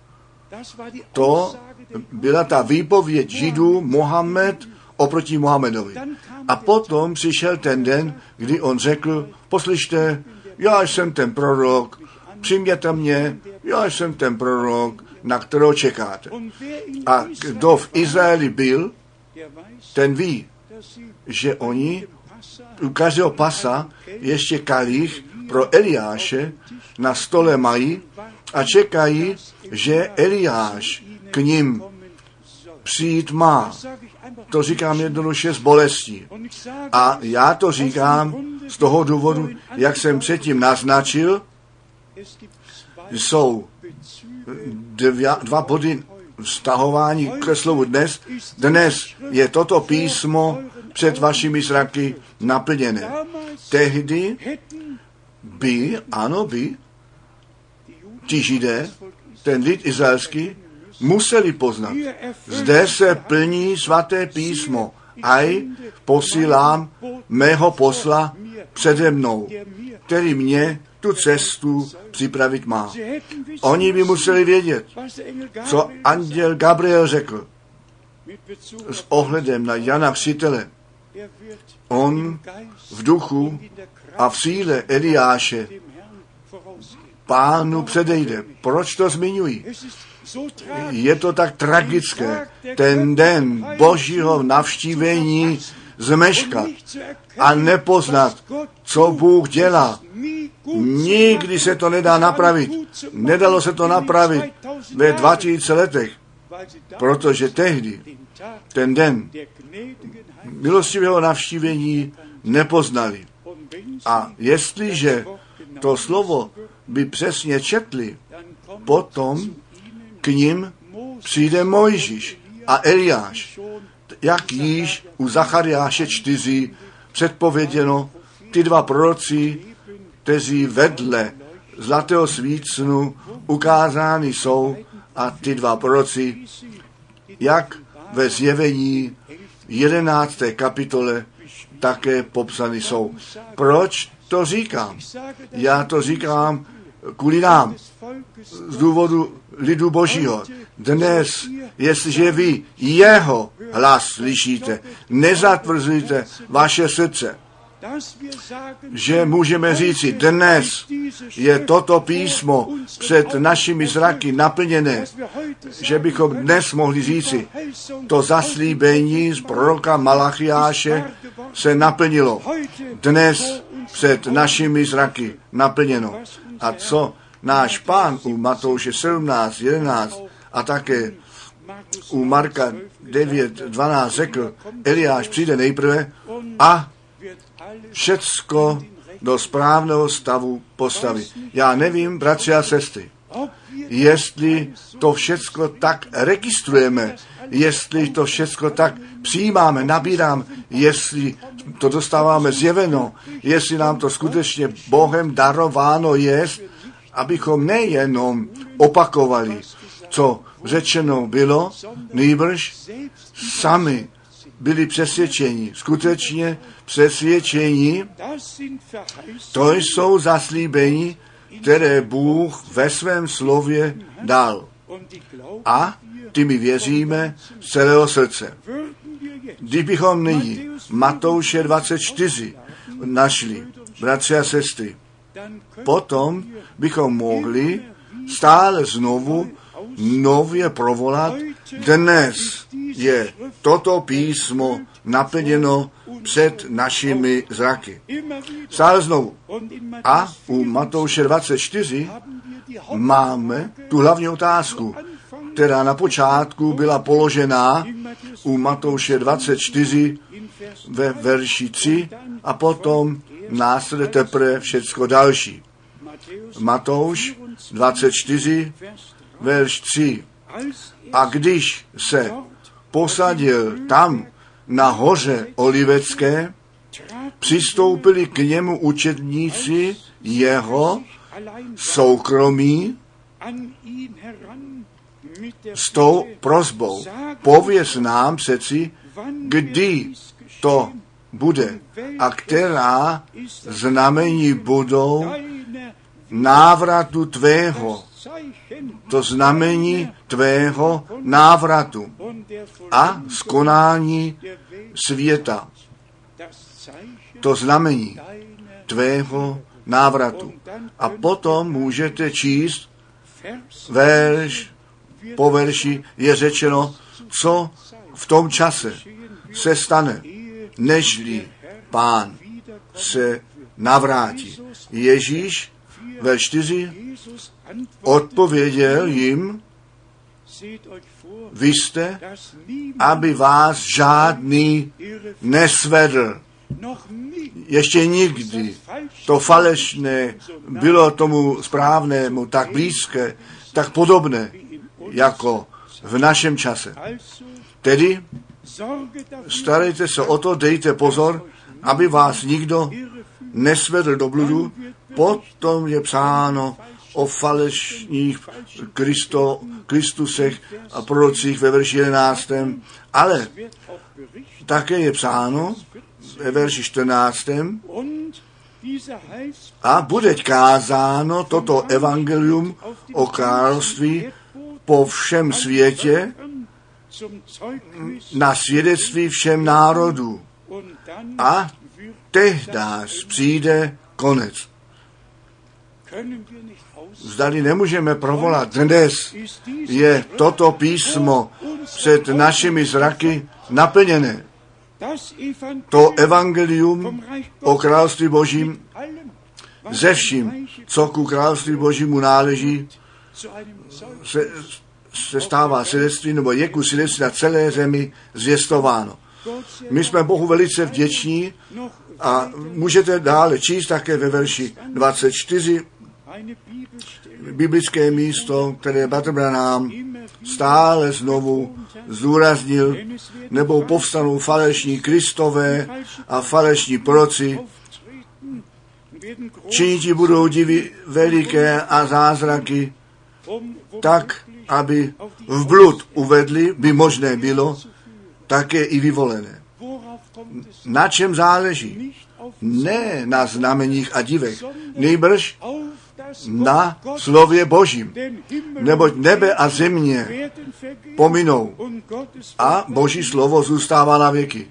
To byla ta výpověď Židů Mohamed oproti Mohamedovi. A potom přišel ten den, kdy on řekl, poslyšte, já jsem ten prorok, přijměte mě, já jsem ten prorok, na kterého čekáte. A kdo v Izraeli byl, ten ví, že oni u každého pasa ještě kalich pro Eliáše na stole mají a čekají, že Eliáš k ním přijít má. To říkám jednoduše z bolestí. A já to říkám z toho důvodu, jak jsem předtím naznačil, jsou dva body vztahování k slovu dnes. Dnes je toto písmo před vašimi zraky naplněné. Tehdy by ti Židé, ten lid izraelský, museli poznat. Zde se plní svaté písmo. Aj posílám mého posla přede mnou, který mě tu cestu připravit má. Oni by museli vědět, co anděl Gabriel řekl s ohledem na Jana Křtitele. On v duchu a v síle Eliáše Pánu předejde. Proč to zmiňuji? Je to tak tragické, ten den Božího navštívení zmeškat a nepoznat, co Bůh dělá. Nikdy se to nedá napravit. Nedalo se to napravit ve 2000 letech, protože tehdy ten den milostivého navštívení nepoznali. A jestliže to slovo by přesně četli, potom k ním přijde Mojžíš a Eliáš, jak již u Zachariáše 4 předpověděno, ty dva proroci, kteří vedle zlatého svícnu ukázány jsou, a ty dva proroci, jak ve Zjevení 11. kapitole také popsány jsou. Proč to říkám? Já to říkám kvůli nám, z důvodu lidu Božího. Dnes, jestliže vy jeho hlas slyšíte, nezatvrzujte vaše srdce, že můžeme říci, dnes je toto písmo před našimi zraky naplněné, že bychom dnes mohli říci, to zaslíbení z proroka Malachiáše se naplnilo. Dnes před našimi zraky naplněno. A co náš Pán u Matouše 17, 11 a také u Marka 9, 12 řekl, Eliáš přijde nejprve a všecko do správného stavu postaví. Já nevím, bratři a sestry, jestli to všecko tak registrujeme, jestli to všecko tak přijímáme, nabíráme, jestli to dostáváme zjeveno, jestli nám to skutečně Bohem darováno je abychom nejenom opakovali, co řečeno bylo, nýbrž sami byli přesvědčeni, skutečně přesvědčeni. To jsou zaslíbení, které Bůh ve svém slově dal. A ty my věříme z celého srdce. Kdybychom nyní Matouše 24 našli, bratři a sestry, potom bychom mohli stále znovu nově provolat. Dnes je toto písmo naplněno před našimi zraky. Stále znovu. A u Matouše 24 máme tu hlavní otázku, která na počátku byla položená u Matouše 24 ve verši 3 a potom následuje teprve všecko další. Matouš 24, verš 3. A když se posadil tam na hoře Olivecké, přistoupili k němu učedníci jeho soukromí s tou prosbou. Pověz nám přeci, kdy to bude a která znamení budou návratu tvého, to znamení tvého návratu a skonání světa, to znamení tvého návratu. A potom můžete číst verš po verši, je řečeno, co v tom čase se stane, nežli Pán se navrátí. Ježíš, verš 4, odpověděl jim, vy jste, aby vás žádný nesvedl. Ještě nikdy to falešné bylo tomu správnému tak blízké, tak podobné, jako v našem čase. Tedy starejte se o to, dejte pozor, aby vás nikdo nesvedl do bludu. Potom je psáno o falešných Kristusech a prorocích ve verši 11. Ale také je psáno ve verši 14. A bude kázáno toto evangelium o království po všem světě na svědectví všem národů. A tehdáž přijde konec. Zdali nemůžeme provolat, dnes je toto písmo před našimi zraky naplněné. To evangelium o království Božím ze vším, co ku království Božímu náleží, se stává svědectví, nebo je ku svědectví na celé zemi zvěstováno. My jsme Bohu velice vděční a můžete dále číst také ve verši 24 biblické místo, které Bratr Branham stále znovu zdůraznil, nebo povstanou falešní Kristové a falešní proroci. Činiti budou divy veliké a zázraky, tak, aby v blud uvedli, by možné bylo, také i vyvolené. Na čem záleží? Ne na znameních a divech, nýbrž na slově Božím. Neboť nebe a země pominou a Boží slovo zůstává na věky.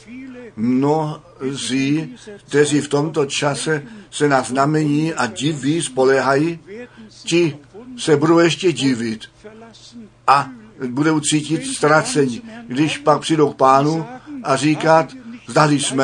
Mnozí, kteří v tomto čase se na znamení a diví spoléhají, ti se budou ještě divit a budou cítit ztracení, když pak přijdou k Pánu a říkat, zdali jsme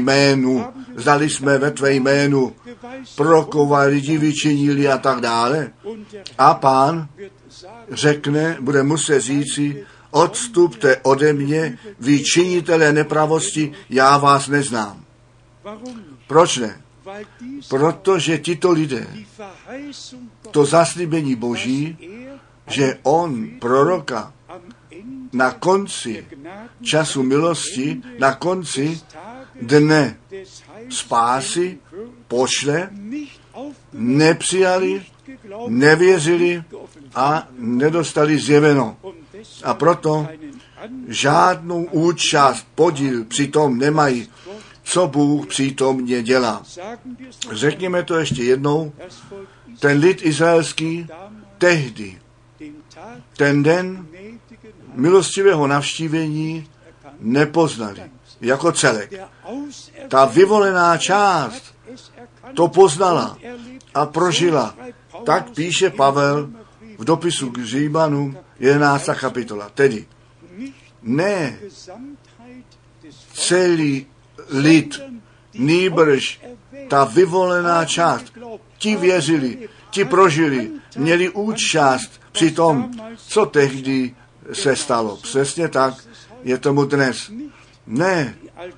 ve tvé jménu prorokovali, divy činili a tak dále. A Pán řekne, bude muset říci, odstupte ode mě, vy činitelé nepravosti, já vás neznám. Proč ne? Protože tito lidé, to zaslíbení Boží, že on proroka na konci času milosti, na konci dne spásy pošle, nepřijali nevěřili a nedostali zjeveno. A proto žádnou účast, podíl přitom nemají, co Bůh přítomně dělá. Řekněme to ještě jednou, ten lid izraelský tehdy, ten den milostivého navštívení nepoznali jako celek. Ta vyvolená část to poznala a prožila. Tak píše Pavel v dopisu k Římanům 11. kapitola. Tedy ne celý lid, nýbrž ta vyvolená část. Ti věřili, ti prožili, měli účast při tom, co tehdy se stalo. Přesně tak je tomu dnes. Ne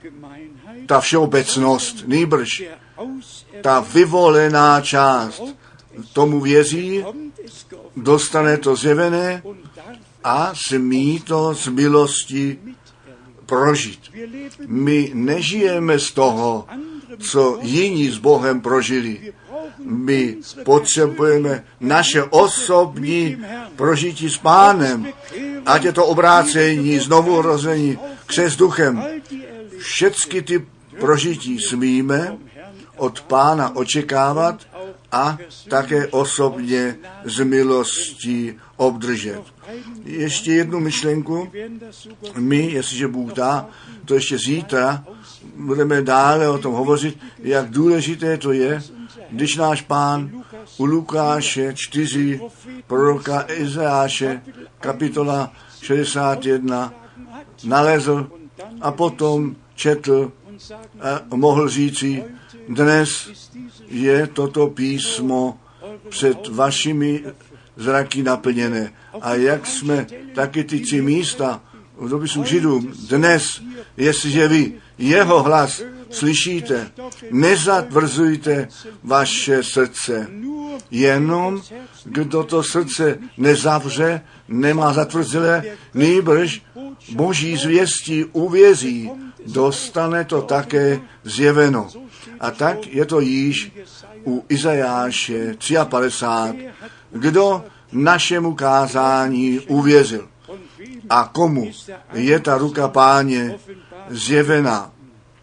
ta všeobecnost, nýbrž ta vyvolená část. Tomu věří, dostane to zjevené a smí to z milosti prožít. My nežijeme z toho, co jiní s Bohem prožili. My potřebujeme naše osobní prožití s Pánem, ať je to obrácení, znovurození, křest duchem. Všechny ty prožití smíme od Pána očekávat a také osobně z milostí obdržet. Ještě jednu myšlenku. My, jestliže Bůh dá, to ještě zítra, budeme dále o tom hovořit, jak důležité to je, když náš Pán u Lukáše 4, proroka Izajáše, kapitola 61, nalezl a potom četl a mohl říci, dnes je toto písmo před vašimi zraky naplněné. A jak jsme taky ty tři místa v dopisu Židům, dnes, jestliže vy jeho hlas slyšíte, nezatvrzujte vaše srdce. Jenom kdo to srdce nezavře, nemá zatvrzelé, nýbrž Boží zvěstí uvěří, dostane to také zjeveno. A tak je to již u Izajáše 53. Kdo našemu kázání uvěřil a komu je ta ruka Páně zjevená.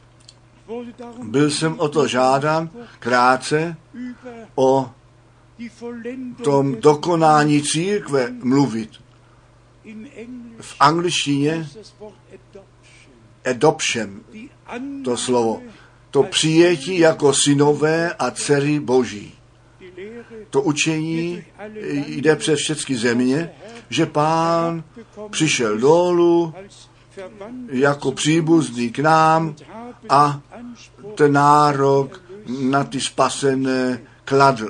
Byl jsem o to žádán krátce o tom dokonání církve mluvit. V angličtině adoption, to slovo, to přijetí jako synové a dcery Boží. To učení jde přes všechny země, že Pán přišel dolů jako příbuzný k nám a ten nárok na ty spasené kladl.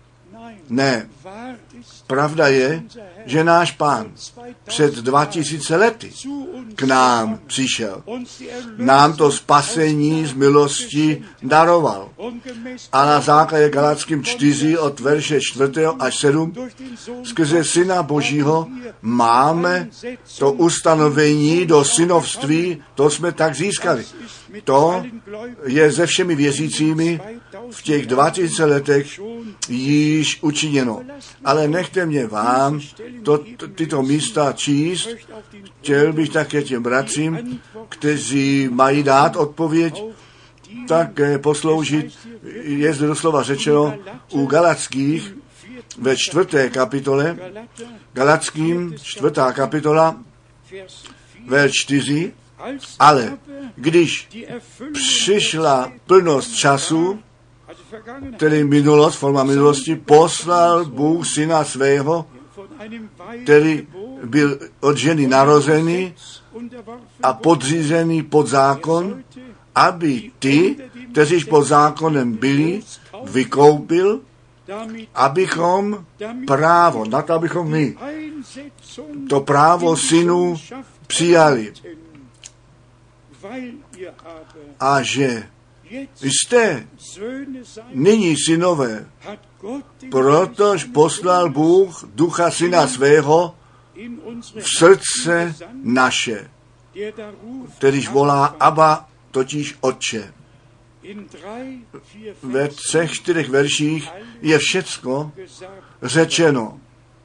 Ne. Pravda je, že náš Pán před 2000 lety k nám přišel. Nám to spasení z milosti daroval. A na základě Galatským 4 od verše 4 až 7 skrze Syna Božího máme to ustanovení do synovství, to jsme tak získali. To je se všemi věřícími v těch 2000 letech již učiněno. Ale nechte mě vám tyto místa číst. Chtěl bych také těm bratřím, kteří mají dát odpověď, také posloužit. Je zde doslova řečeno u Galatských ve 4. kapitole, Galatským 4. kapitola, verš 4, ale když přišla plnost času, tedy minulost, forma minulosti, poslal Bůh Syna svého, který byl od ženy narozený a podřízený pod zákon, aby ty, kteří pod zákonem byli, vykoupil, abychom právo, na to abychom my to právo synů přijali. A že jste nyní synové, protože poslal Bůh ducha Syna svého v srdce naše, kterýž volá Abba, totiž Otče. ve 3-4 verších je všecko řečeno.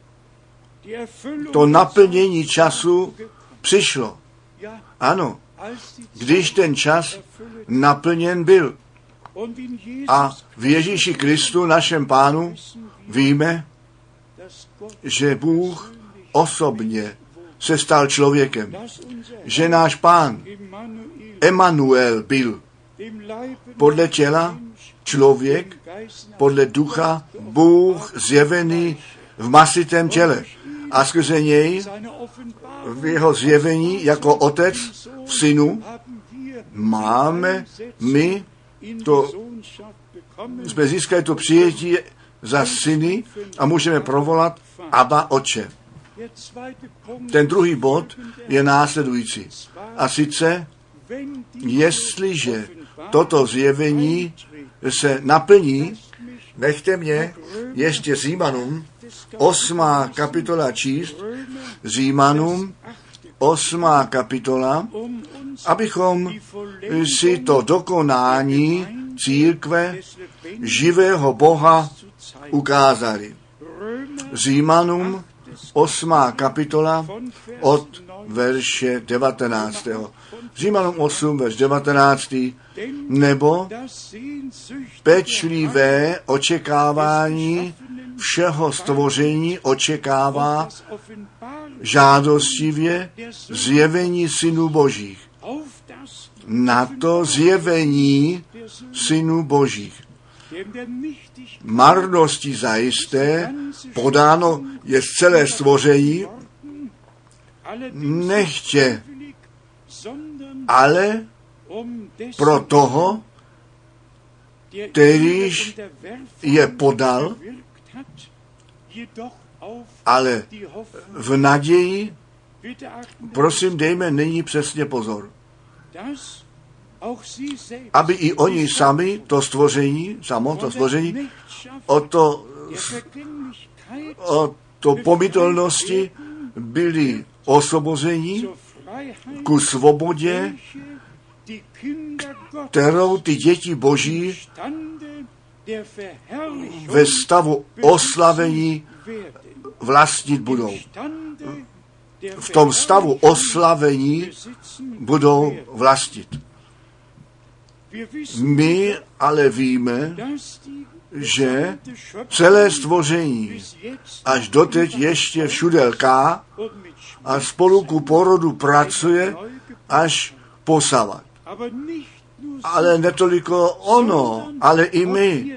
To naplnění času přišlo. Ano, když ten čas naplněn byl. A v Ježíši Kristu, našem Pánu, víme, že Bůh osobně se stal člověkem. Že náš Pán Emanuel byl podle těla člověk, podle ducha Bůh zjevený v masitém těle. A skrze něj v jeho zjevení jako otec v synu máme my to, jsme získali to přijetí za syny a můžeme provolat Abba Otče. Ten druhý bod je následující. A sice, jestliže toto zjevení se naplní, nechte mě ještě Římanům 8. kapitola číst, Římanům 8. kapitola, abychom si to dokonání církve živého Boha ukázali. Římanům 8. kapitola od verše 19. Římanům 8, verš 19. Nebo pečlivé očekávání všeho stvoření očekává žádostivě zjevení synů božích. Na to zjevení synů božích. Marnosti zajisté podáno je celé stvoření, nechtě, ale pro toho, kterýž je podal, ale v naději, prosím, dejme nyní přesně pozor, aby i oni sami to stvoření, o to pomytelnosti byli osvobození ku svobodě, kterou ty děti Boží ve stavu oslavení vlastnit budou. V tom stavu oslavení budou vlastnit. My ale víme, že celé stvoření až doteď ještě všude lká a spolu ku porodu pracuje až posavat. Ale netoliko ono, ale i my,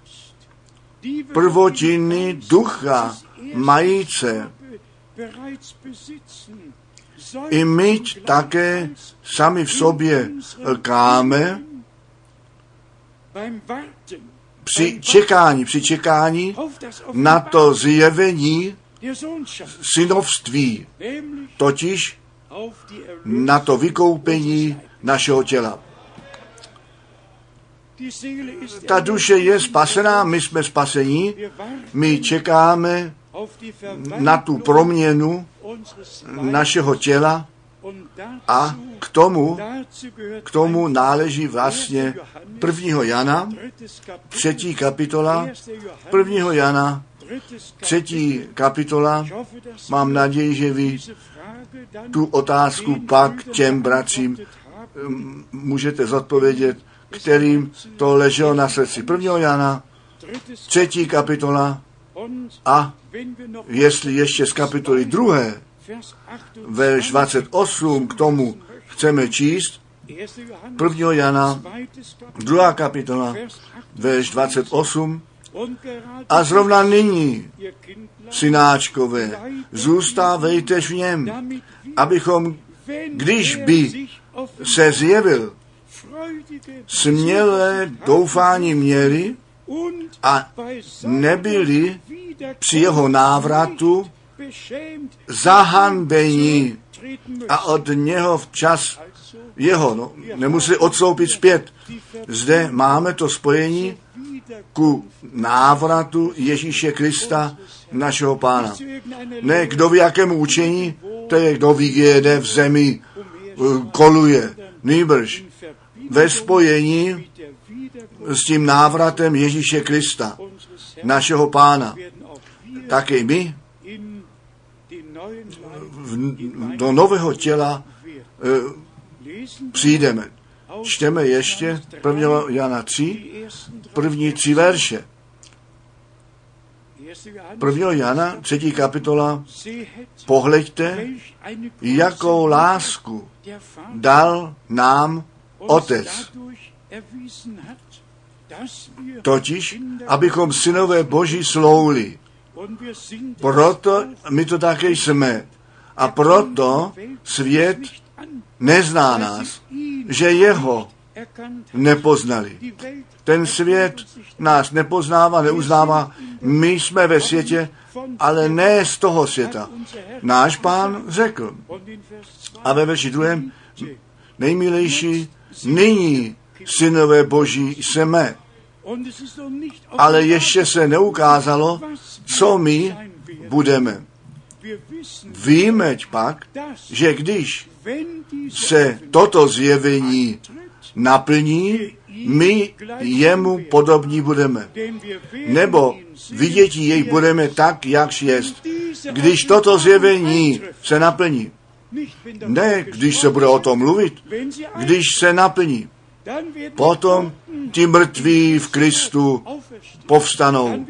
prvotiny ducha majíce, i my také sami v sobě lkáme při čekání na to zjevení synovství, totiž na to vykoupení našeho těla. Ta duše je spasená, my jsme spasení, my čekáme na tu proměnu našeho těla a k tomu náleží vlastně 1. Jana, 3. kapitola, 1. Jana, 3. kapitola. Mám naději, že vy tu otázku pak těm bratřím můžete zodpovědět, kterým to leželo na srdci. 1. Jana, 3. kapitola a jestli ještě z kapitoly 2. verš 28 k tomu chceme číst, 1. Jana, 2. kapitola, verš 28, a zrovna nyní, synáčkové, zůstávejtež v něm, abychom, když by se zjevil, smělé doufání měli a nebyli při jeho návratu zahanbení a od něho včas nemuseli odstoupit zpět. Zde máme to spojení ku návratu Ježíše Krista, našeho Pána. Ne kdo ví jakému učení, to je kdo ví, kde jede v zemi, koluje. Nýbrž ve spojení s tím návratem Ježíše Krista, našeho Pána. Také my do nového těla přijdeme. Čteme ještě 1. Jana 3, první 3 verše. 1. Jana, 3. kapitola, pohleďte, jakou lásku dal nám Otec. Totiž, abychom synové Boží slouli. Proto my to také jsme. A proto svět nezná nás, že jeho nepoznali. Ten svět nás nepoznává, neuznává. My jsme ve světě, ale ne z toho světa. Náš Pán řekl. A ve verši 2. Nejmilejší, nyní synové Boží jsme. Ale ještě se neukázalo, co my budeme. Víme pak, že když se toto zjevení naplní, my jemu podobní budeme. Nebo vidětí jej budeme tak, jakž jest. Když toto zjevení se naplní. Ne, když se bude o tom mluvit. Když se naplní. Potom ti mrtví v Kristu povstanou.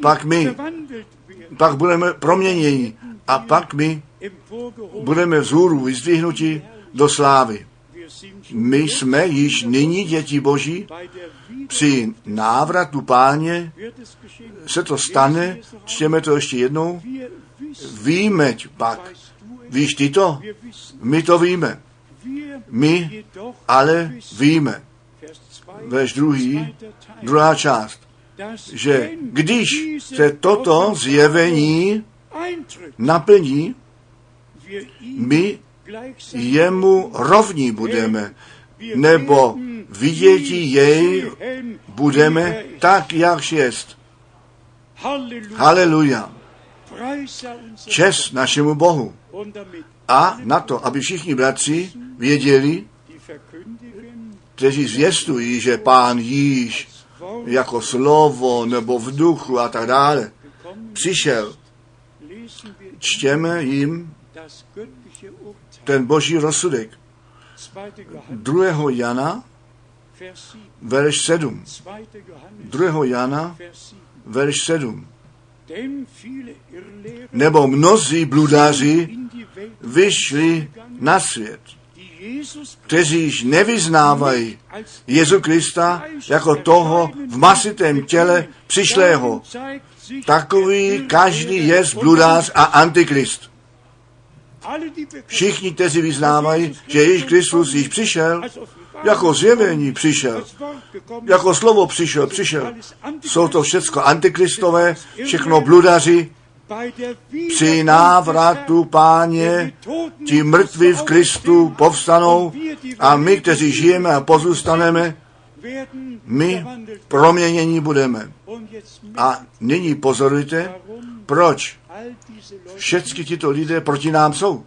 Pak budeme proměněni. A pak my budeme vzhůru vyzdvihnuti do slávy. My jsme již nyní děti Boží. Při návratu Páně se to stane, čtěme to ještě jednou, vímeť pak. Víš ty to? My to víme. My ale víme. Verš 2. druhá část. Že když se toto zjevení naplní, my jemu rovní budeme, nebo vidětí jej budeme tak, jakž jest. Haleluja. Čest našemu Bohu. A na to, aby všichni bratři věděli, kteří zvěstují, že Pán již jako slovo nebo v duchu a tak dále přišel, čtěme jim ten Boží rozsudek. 2. Jana, verš 7. 2. Jana, verš 7. Nebo mnozí bludáři vyšli na svět, kteříž nevyznávají Jezu Krista jako toho v masitém těle přišlého. Takový každý je bludář a antikrist. Všichni, kteří vyznávají, že Ježíš Kristus již přišel, jako zjevení přišel, jako slovo přišel. Jsou to všecko antikristové, všechno bludaři. Při návratu Páně ti mrtví v Kristu povstanou a my, kteří žijeme a pozůstaneme, my proměnění budeme. A nyní pozorujte, proč všechny tyto lidé proti nám jsou.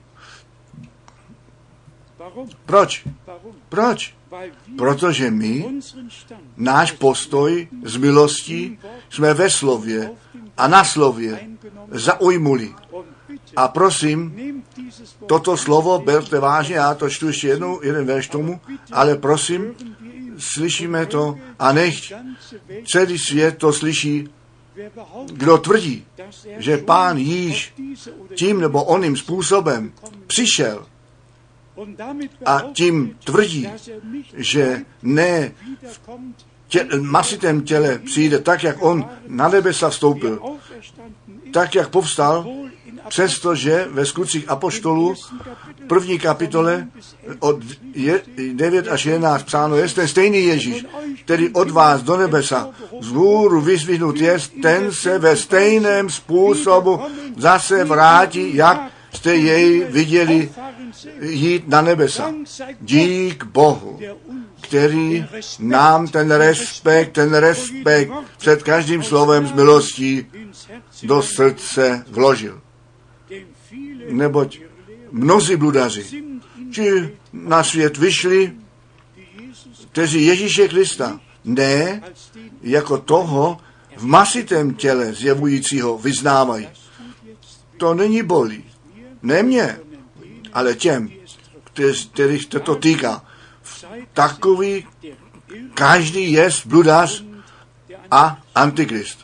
Proč? Protože my, náš postoj z milostí, jsme ve slově a na slově zaujmuli. A prosím, toto slovo berte vážně, já to čtu ještě jednou, jeden verš tomu, ale prosím, slyšíme to a nechť celý svět to slyší. Kdo tvrdí, že Pán již tím nebo oným způsobem přišel a tím tvrdí, že ne v masitém těle přijde tak, jak on na nebesa vstoupil, tak, jak povstal, přestože ve Skutcích apoštolů první kapitole od 9 až 11 psáno je ten stejný Ježíš, který od vás do nebesa vzhůru vyzvihnut je, ten se ve stejném způsobu zase vrátí, jak jste jej viděli jít na nebesa. Dík Bohu, který nám ten respekt před každým slovem z milostí do srdce vložil. Neboť mnozí bludaři, či na svět vyšli, kteří Ježíše Krista ne jako toho v masitém těle zjevujícího vyznávají. To není bolí. Ne mě, ale těm, kterých to týká. Takový každý jest bludař a antikrist.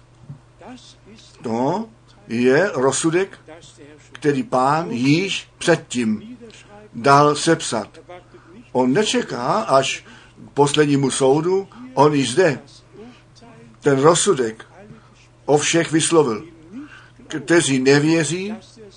To je rozsudek, který Pán již předtím dal sepsat. On nečeká až k poslednímu soudu, on již zde ten rozsudek o všech vyslovil, kteří nevěří,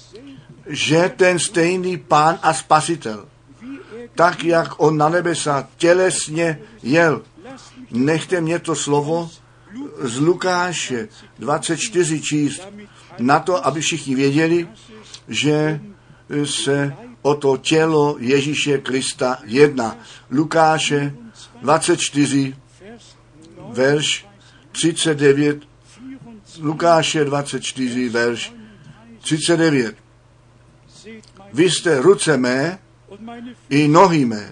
že ten stejný Pán a Spasitel, tak jak on na nebesa tělesně jel. Nechte mě to slovo z Lukáše 24 číst na to, aby všichni věděli, že se o to tělo Ježíše Krista jedná. Lukáše 24, verš 39. Lukáše 24, verš 39. Vy jste ruce mé i nohy mé,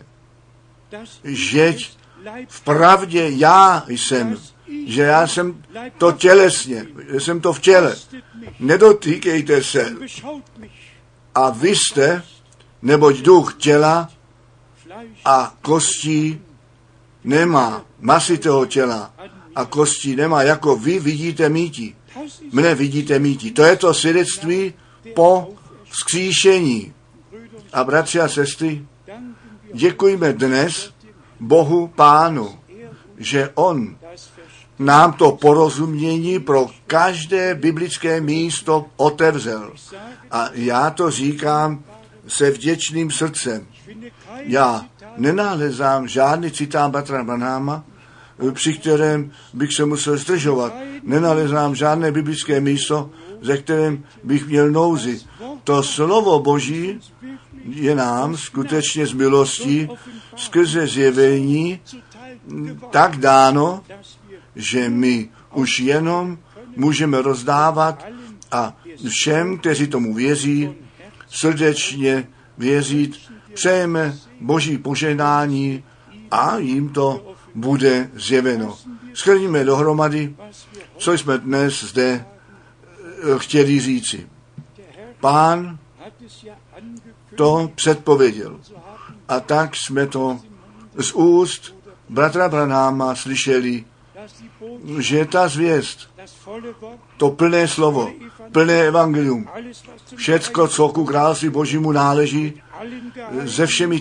žeť v pravdě já jsem, že já jsem to tělesně, že jsem to v těle. Nedotýkejte se. A vy jste, neboť duch těla a kostí nemá, masitého těla a kostí nemá, jako vy vidíte mítí. Mne vidíte mítí. To je to svědectví po vzkříšení. A bratři a sestry, děkujeme dnes Bohu Pánu, že On nám to porozumění pro každé biblické místo otevřel. A já to říkám se vděčným srdcem. Já nenalezám žádný citát bratra Branhama, při kterém bych se musel zdržovat. Nenalezám žádné biblické místo, ze kterém bych měl nouzi. To slovo Boží je nám skutečně z milostí skrze zjevení tak dáno, že my už jenom můžeme rozdávat a všem, kteří tomu věří, srdečně věřit, přejeme Boží požehnání a jim to bude zjeveno. Shrníme dohromady, co jsme dnes zde chtěli říci. Pán to předpověděl. A tak jsme to z úst bratra Branhama slyšeli, že ta zvěst, to plné slovo, plné evangelium, všecko, co ku království Božímu náleží, se všemi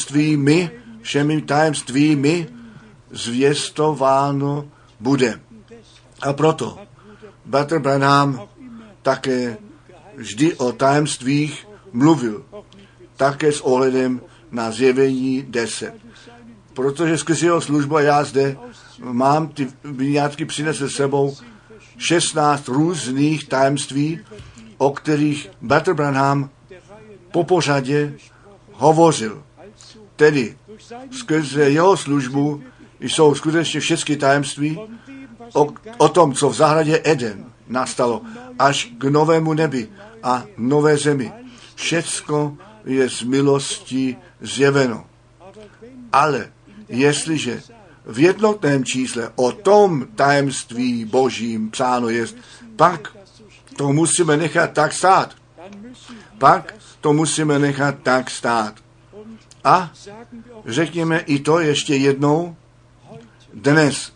tajemstvími zvěstováno bude. A proto bratr Branham také vždy o tajemstvích mluvil, také s ohledem na zjevení 10. Protože skrze jeho službu, já zde mám ty viniátky přinesl sebou 16 různých tajemství, o kterých bratr Branham po pořadě hovořil. Tedy skrze jeho službu jsou skutečně všechny tajemství o tom, co v zahradě Eden nastalo, až k novému nebi a nové zemi. Všecko je z milostí zjeveno. Ale jestliže v jednotném čísle o tom tajemství Božím psáno je, pak to musíme nechat tak stát. A řekněme i to ještě jednou, dnes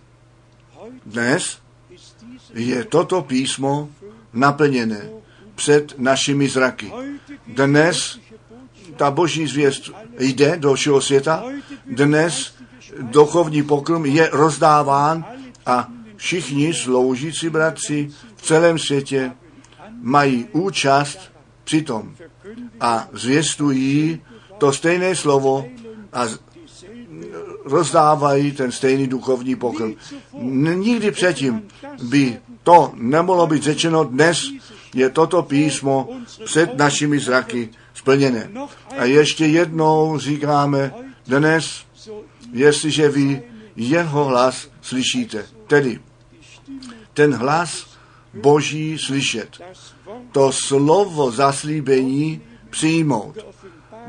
je toto písmo naplněné před našimi zraky. Dnes ta Boží zvěst jde do všeho světa, dnes duchovní pokrm je rozdáván a všichni sloužící bratři v celém světě mají účast přitom a zvěstují to stejné slovo a rozdávají ten stejný duchovní pokrm. Nikdy předtím by to nemohlo být řečeno, dnes je toto písmo před našimi zraky splněné. A ještě jednou říkáme, dnes, jestliže vy jeho hlas slyšíte, tedy ten hlas Boží slyšet, to slovo zaslíbení přijmout,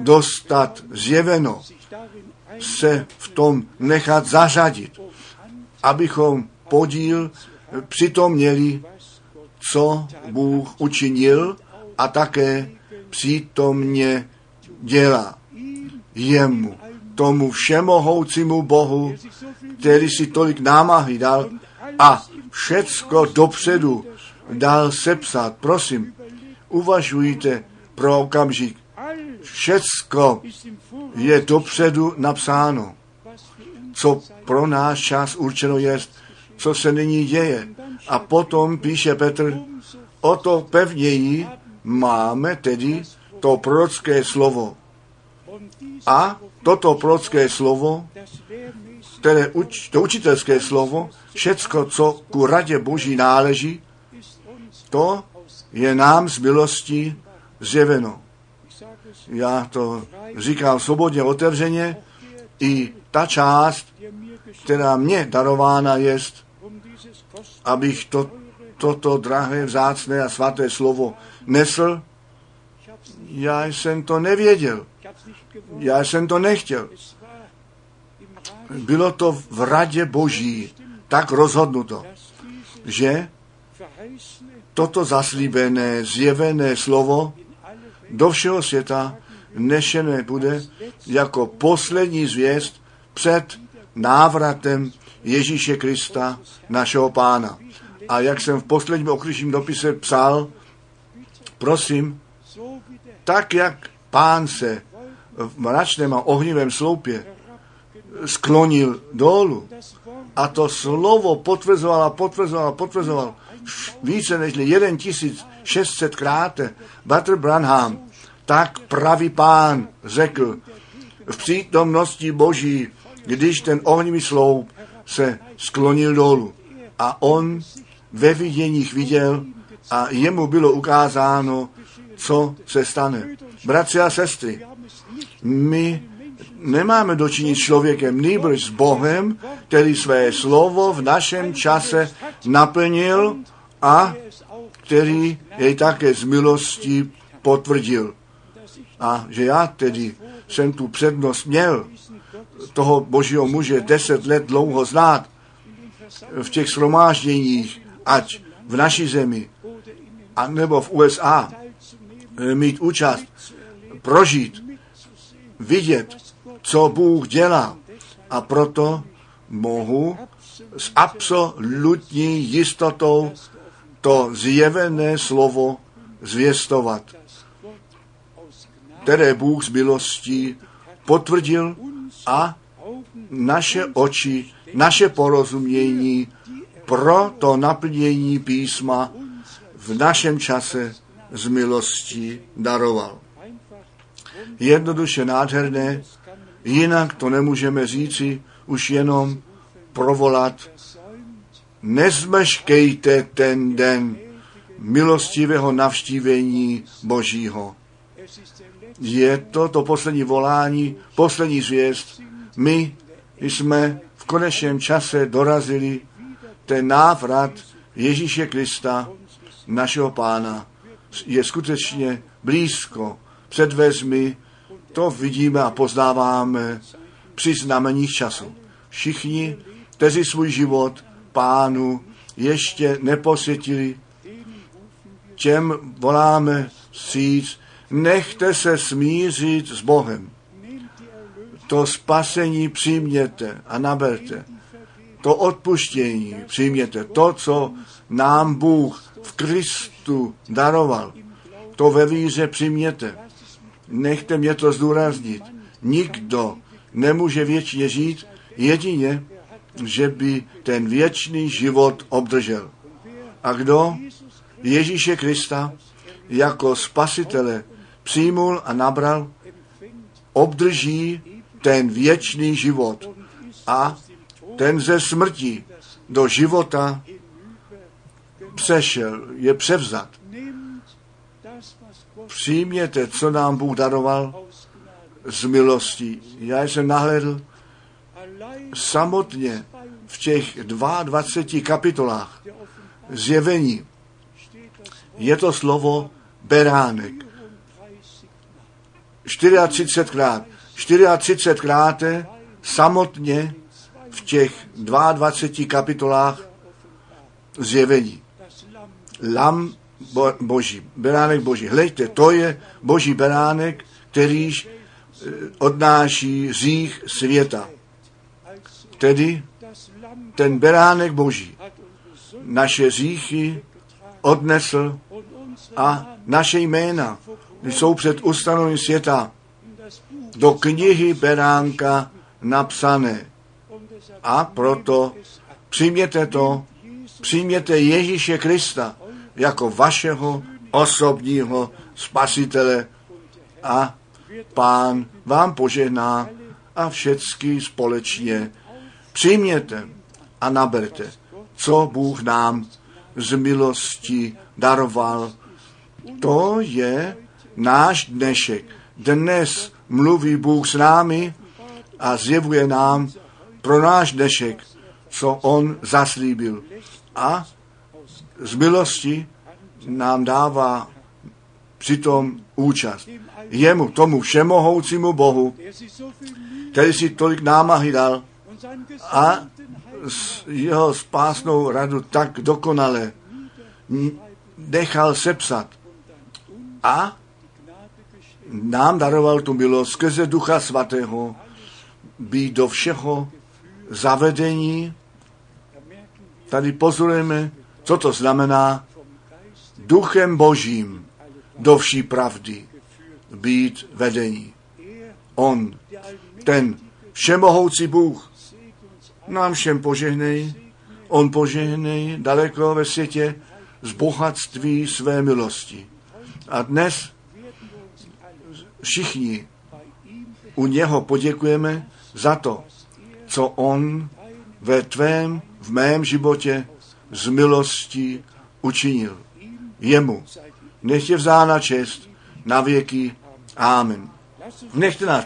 dostat zjeveno, se v tom nechat zařadit abychom podíl přitom měli, co Bůh učinil a také přítomně dělá. Jemu, tomu všemohoucímu Bohu, který si tolik námahy dal a všecko dopředu dal sepsat. Prosím, uvažujte pro okamžik. Všecko je dopředu napsáno, co pro náš čas určeno je, co se nyní děje. A potom píše Petr, o to pevněji máme tedy to prorocké slovo. A toto prorocké slovo, to učitelské slovo, všecko, co ku radě Boží náleží, to je nám z milosti zjeveno. Já to říkám svobodně, otevřeně, i ta část, která mě darována jest, abych toto drahé, vzácné a svaté slovo nesl. Já jsem to nevěděl. Já jsem to nechtěl. Bylo to v radě Boží tak rozhodnuto, že toto zaslíbené, zjevené slovo do všeho světa nešené bude jako poslední zvěst před návratem Ježíše Krista, našeho Pána. A jak jsem v posledním okryšním dopise psal, prosím, tak jak Pán se v mračném a ohnivém sloupě sklonil dolů a to slovo potvrzoval více než 1600 krát, Brother Branham, tak pravý Pán řekl v přítomnosti Boží, když ten ohnivý sloup se sklonil dolů a on ve viděních viděl a jemu bylo ukázáno, co se stane. Bratři a sestry, my nemáme dočinit s člověkem, nýbrž s Bohem, který své slovo v našem čase naplnil a který jej také z milostí potvrdil. A že já tedy jsem tu přednost měl toho Božího muže 10 let dlouho znát v těch shromážděních, ať v naší zemi, a nebo v USA, mít účast, prožít, vidět, co Bůh dělá. A proto mohu s absolutní jistotou to zjevené slovo zvěstovat, které Bůh z milostí potvrdil a naše oči, naše porozumění pro to naplnění písma v našem čase z milostí daroval. Jednoduše nádherné, jinak to nemůžeme říci, už jenom provolat. Nezmeškejte ten den milostivého navštívení Božího. Je to poslední volání, poslední zvěst. My jsme v konečném čase dorazili ten návrat Ježíše Krista, našeho Pána. Je skutečně blízko. Před dveřmi to vidíme a poznáváme při znameních času. Všichni, kteří svůj život Pánu ještě neposvětili, těm voláme vstříc, nechte se smířit s Bohem. To spasení přijměte a naberte. To odpuštění přijměte. To, co nám Bůh v Kristu daroval, to ve víře přijměte. Nechte mě to zdůraznit. Nikdo nemůže věčně žít, jedině, že by ten věčný život obdržel. A kdo Ježíše Krista jako spasitele přijmul a nabral, obdrží ten věčný život a ten ze smrti do života přešel, je převzat. Přijměte, co nám Bůh daroval z milostí. Já jsem nahlédl samotně v těch 22 kapitolách zjevení. Je to slovo beránek. 34krát samotně v těch 22 kapitolách zjevení. Lam Boží, beránek Boží. Hleďte, to je Boží beránek, kterýž odnáší hřích světa. Tedy ten beránek Boží naše hříchy odnesl a naše jména jsou před ustanovením světa do knihy beránka napsané. A proto přijměte Ježíše Krista jako vašeho osobního spasitele a Pán vám požehná a všecky společně přijměte a naberte, co Bůh nám z milosti daroval. To je náš dnešek. Dnes mluví Bůh s námi a zjevuje nám pro náš dnešek, co on zaslíbil. A z milosti nám dává přitom účast. Jemu, tomu všemohoucímu Bohu, který si tolik námahy dal a jeho spásnou radu tak dokonale nechal sepsat a nám daroval tu milost skrze Ducha Svatého být do všeho zavedení. Tady pozorujeme, co to znamená Duchem Božím do vší pravdy být vedení. On, ten všemohoucí Bůh, nám všem požehnej, on požehnej daleko ve světě z bohatství své milosti. A dnes všichni u něho poděkujeme za to, co on ve tvém, v mém životě z milostí učinil. Jemu nech je vzána čest na věky. Amen. Nechte nás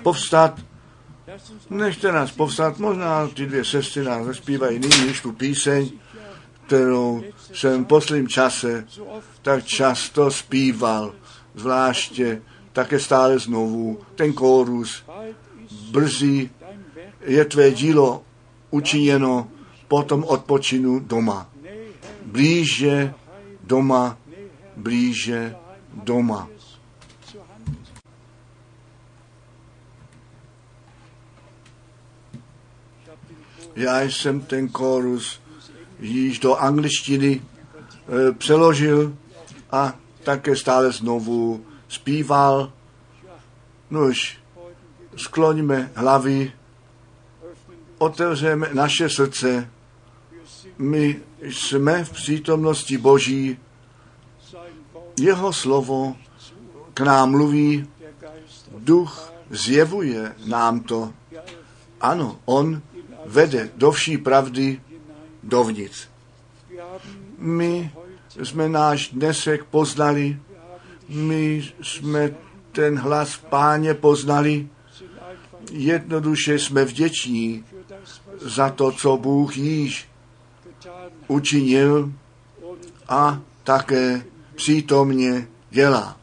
povstat, možná ty dvě sestry nás zaspívají nyní tu píseň, kterou jsem v posledním čase tak často zpíval, zvláště také stále znovu, ten kórus. Brzy je tvé dílo učiněno, potom odpočinu doma. Blíže doma, blíže doma. Já jsem ten kórus již do angličtiny přeložil a také stále znovu zpíval. Nož, skloňme hlavy, otevřeme naše srdce. My jsme v přítomnosti Boží. Jeho slovo k nám mluví, duch zjevuje nám to. Ano, on vede do vší pravdy dovnitř. My jsme náš dnesek poznali, my jsme ten hlas Páně poznali, jednoduše jsme vděční za to, co Bůh již učinil a také přítomně dělá.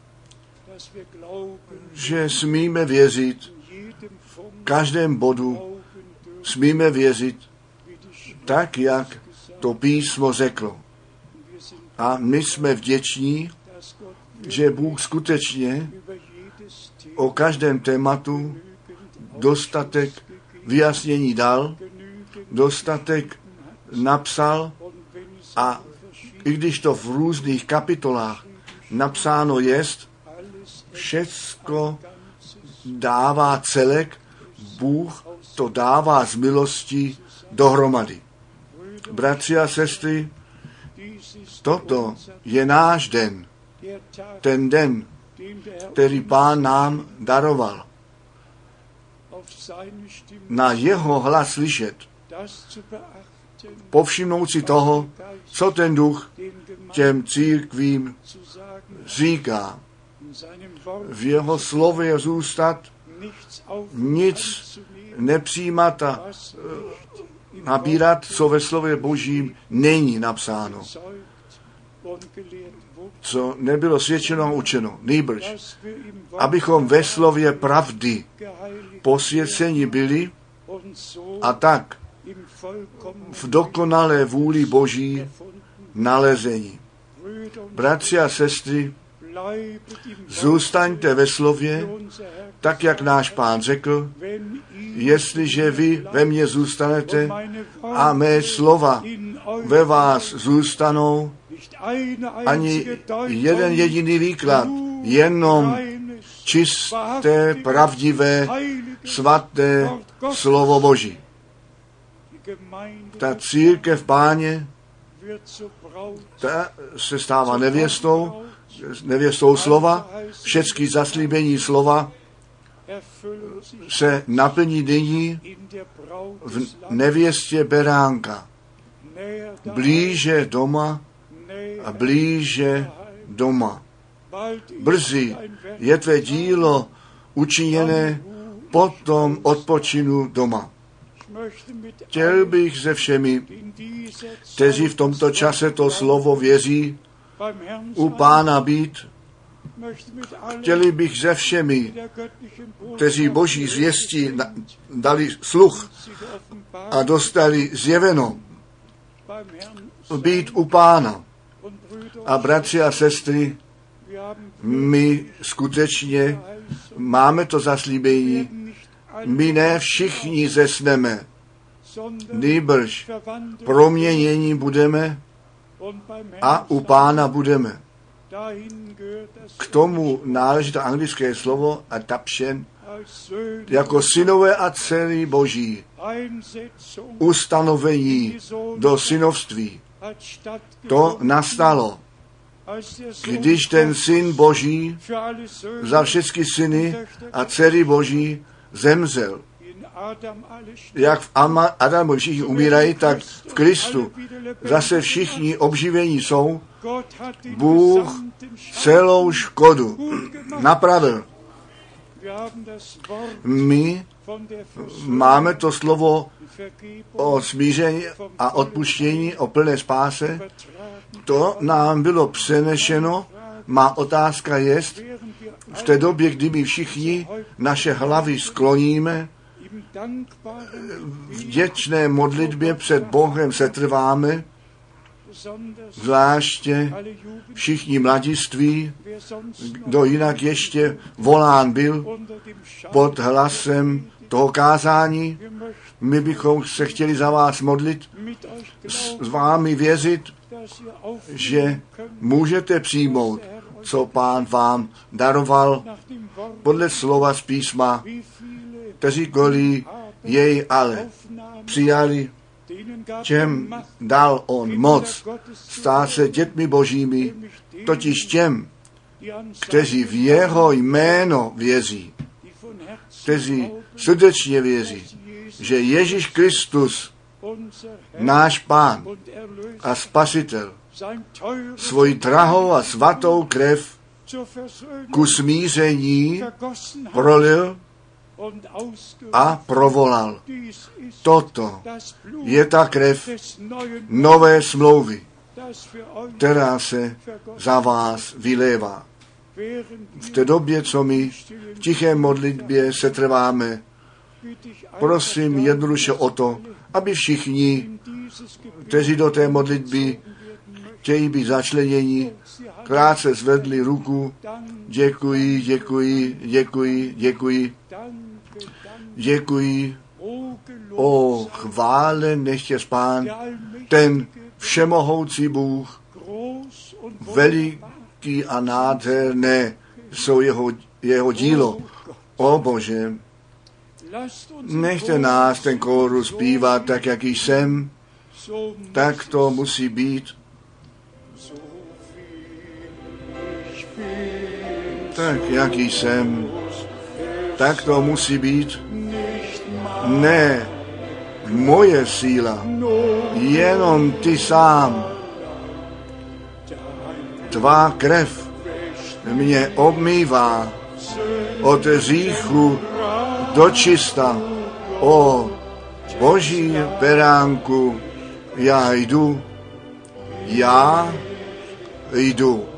Že smíme věřit v každém bodu, smíme věřit tak, jak to písmo řeklo. A my jsme vděční, že Bůh skutečně o každém tématu dostatek vyjasnění dal, dostatek napsal a i když to v různých kapitolách napsáno jest, všecko dává celek, Bůh to dává z milosti dohromady. Bratři a sestry, toto je náš den. Ten den, který Pán nám daroval. Na jeho hlas slyšet. Povšimnout si toho, co ten duch těm církvím říká. V jeho slově zůstat, nic nepřijímat a nabírat, co ve slově Božím není napsáno. Co nebylo svědčeno a učeno. Nýbrž, abychom ve slově pravdy posvěceni byli a tak v dokonalé vůli Boží nalezení. Bratři a sestry, zůstaňte ve slově, tak jak náš Pán řekl, jestliže vy ve mně zůstanete a mé slova ve vás zůstanou, ani jeden jediný výklad, jenom čisté, pravdivé, svaté slovo Boží. Ta církev Páně, ta se stává nevěstou slova, všechny zaslíbení slova se naplní nyní v nevěstě beránka. Blíže doma a blíže doma. Brzy je tvé dílo učiněné, potom odpočinu doma. Chtěl bych se všemi, kteří v tomto čase to slovo věří, u Pána být. Chtěli bych se všemi, kteří Boží zvěstí dali sluch a dostali zjeveno, být u Pána. A bratři a sestry, my skutečně máme to zaslíbení, my ne všichni zesneme, nýbrž proměnění budeme a u Pána budeme. K tomu náleží to anglické slovo adoption, jako synové a dcery Boží, ustanovení do synovství. To nastalo, když ten syn Boží za všechny syny a dcery Boží zemřel. Jak v Adamu všichni umírají, tak v Kristu zase všichni obživení jsou. Bůh celou škodu napravil. My máme to slovo o smíření a odpuštění, o plné spáse. To nám bylo přenešeno. Má otázka je, v té době, kdy my všichni naše hlavy skloníme, v vděčné modlitbě před Bohem se trváme, zvláště všichni mladiství, kdo jinak ještě volán byl pod hlasem toho kázání. My bychom se chtěli za vás modlit, s vámi věřit, že můžete přijmout, co Pán vám daroval podle slova z písma, kteříkoliv jej ale přijali, čem dal on moc stát se dětmi Božími, totiž těm, kteří v jeho jméno věří, kteří srdečně věří, že Ježíš Kristus, náš Pán a Spasitel, svoji drahou a svatou krev ku smíření prolil a provolal. Toto je ta krev nové smlouvy, která se za vás vylévá. V té době, co my v tiché modlitbě se trváme, prosím jednoduše o to, aby všichni, kteří do té modlitby chtějí být začleněni, krátce zvedli ruku. Děkuji, děkuji, děkuji, děkuji. Děkuji. O chválen nechť Pán, ten všemohoucí Bůh, veliký a nádherné jsou jeho dílo. O Bože, nechte nás ten kórus zpívat tak, jak jsem, tak to musí být. Tak, jak jsem, tak to musí být. Ne moje síla, jenom ty sám. Tvá krev mě obmývá od hříchu do čista. O Boží beránku, já jdu.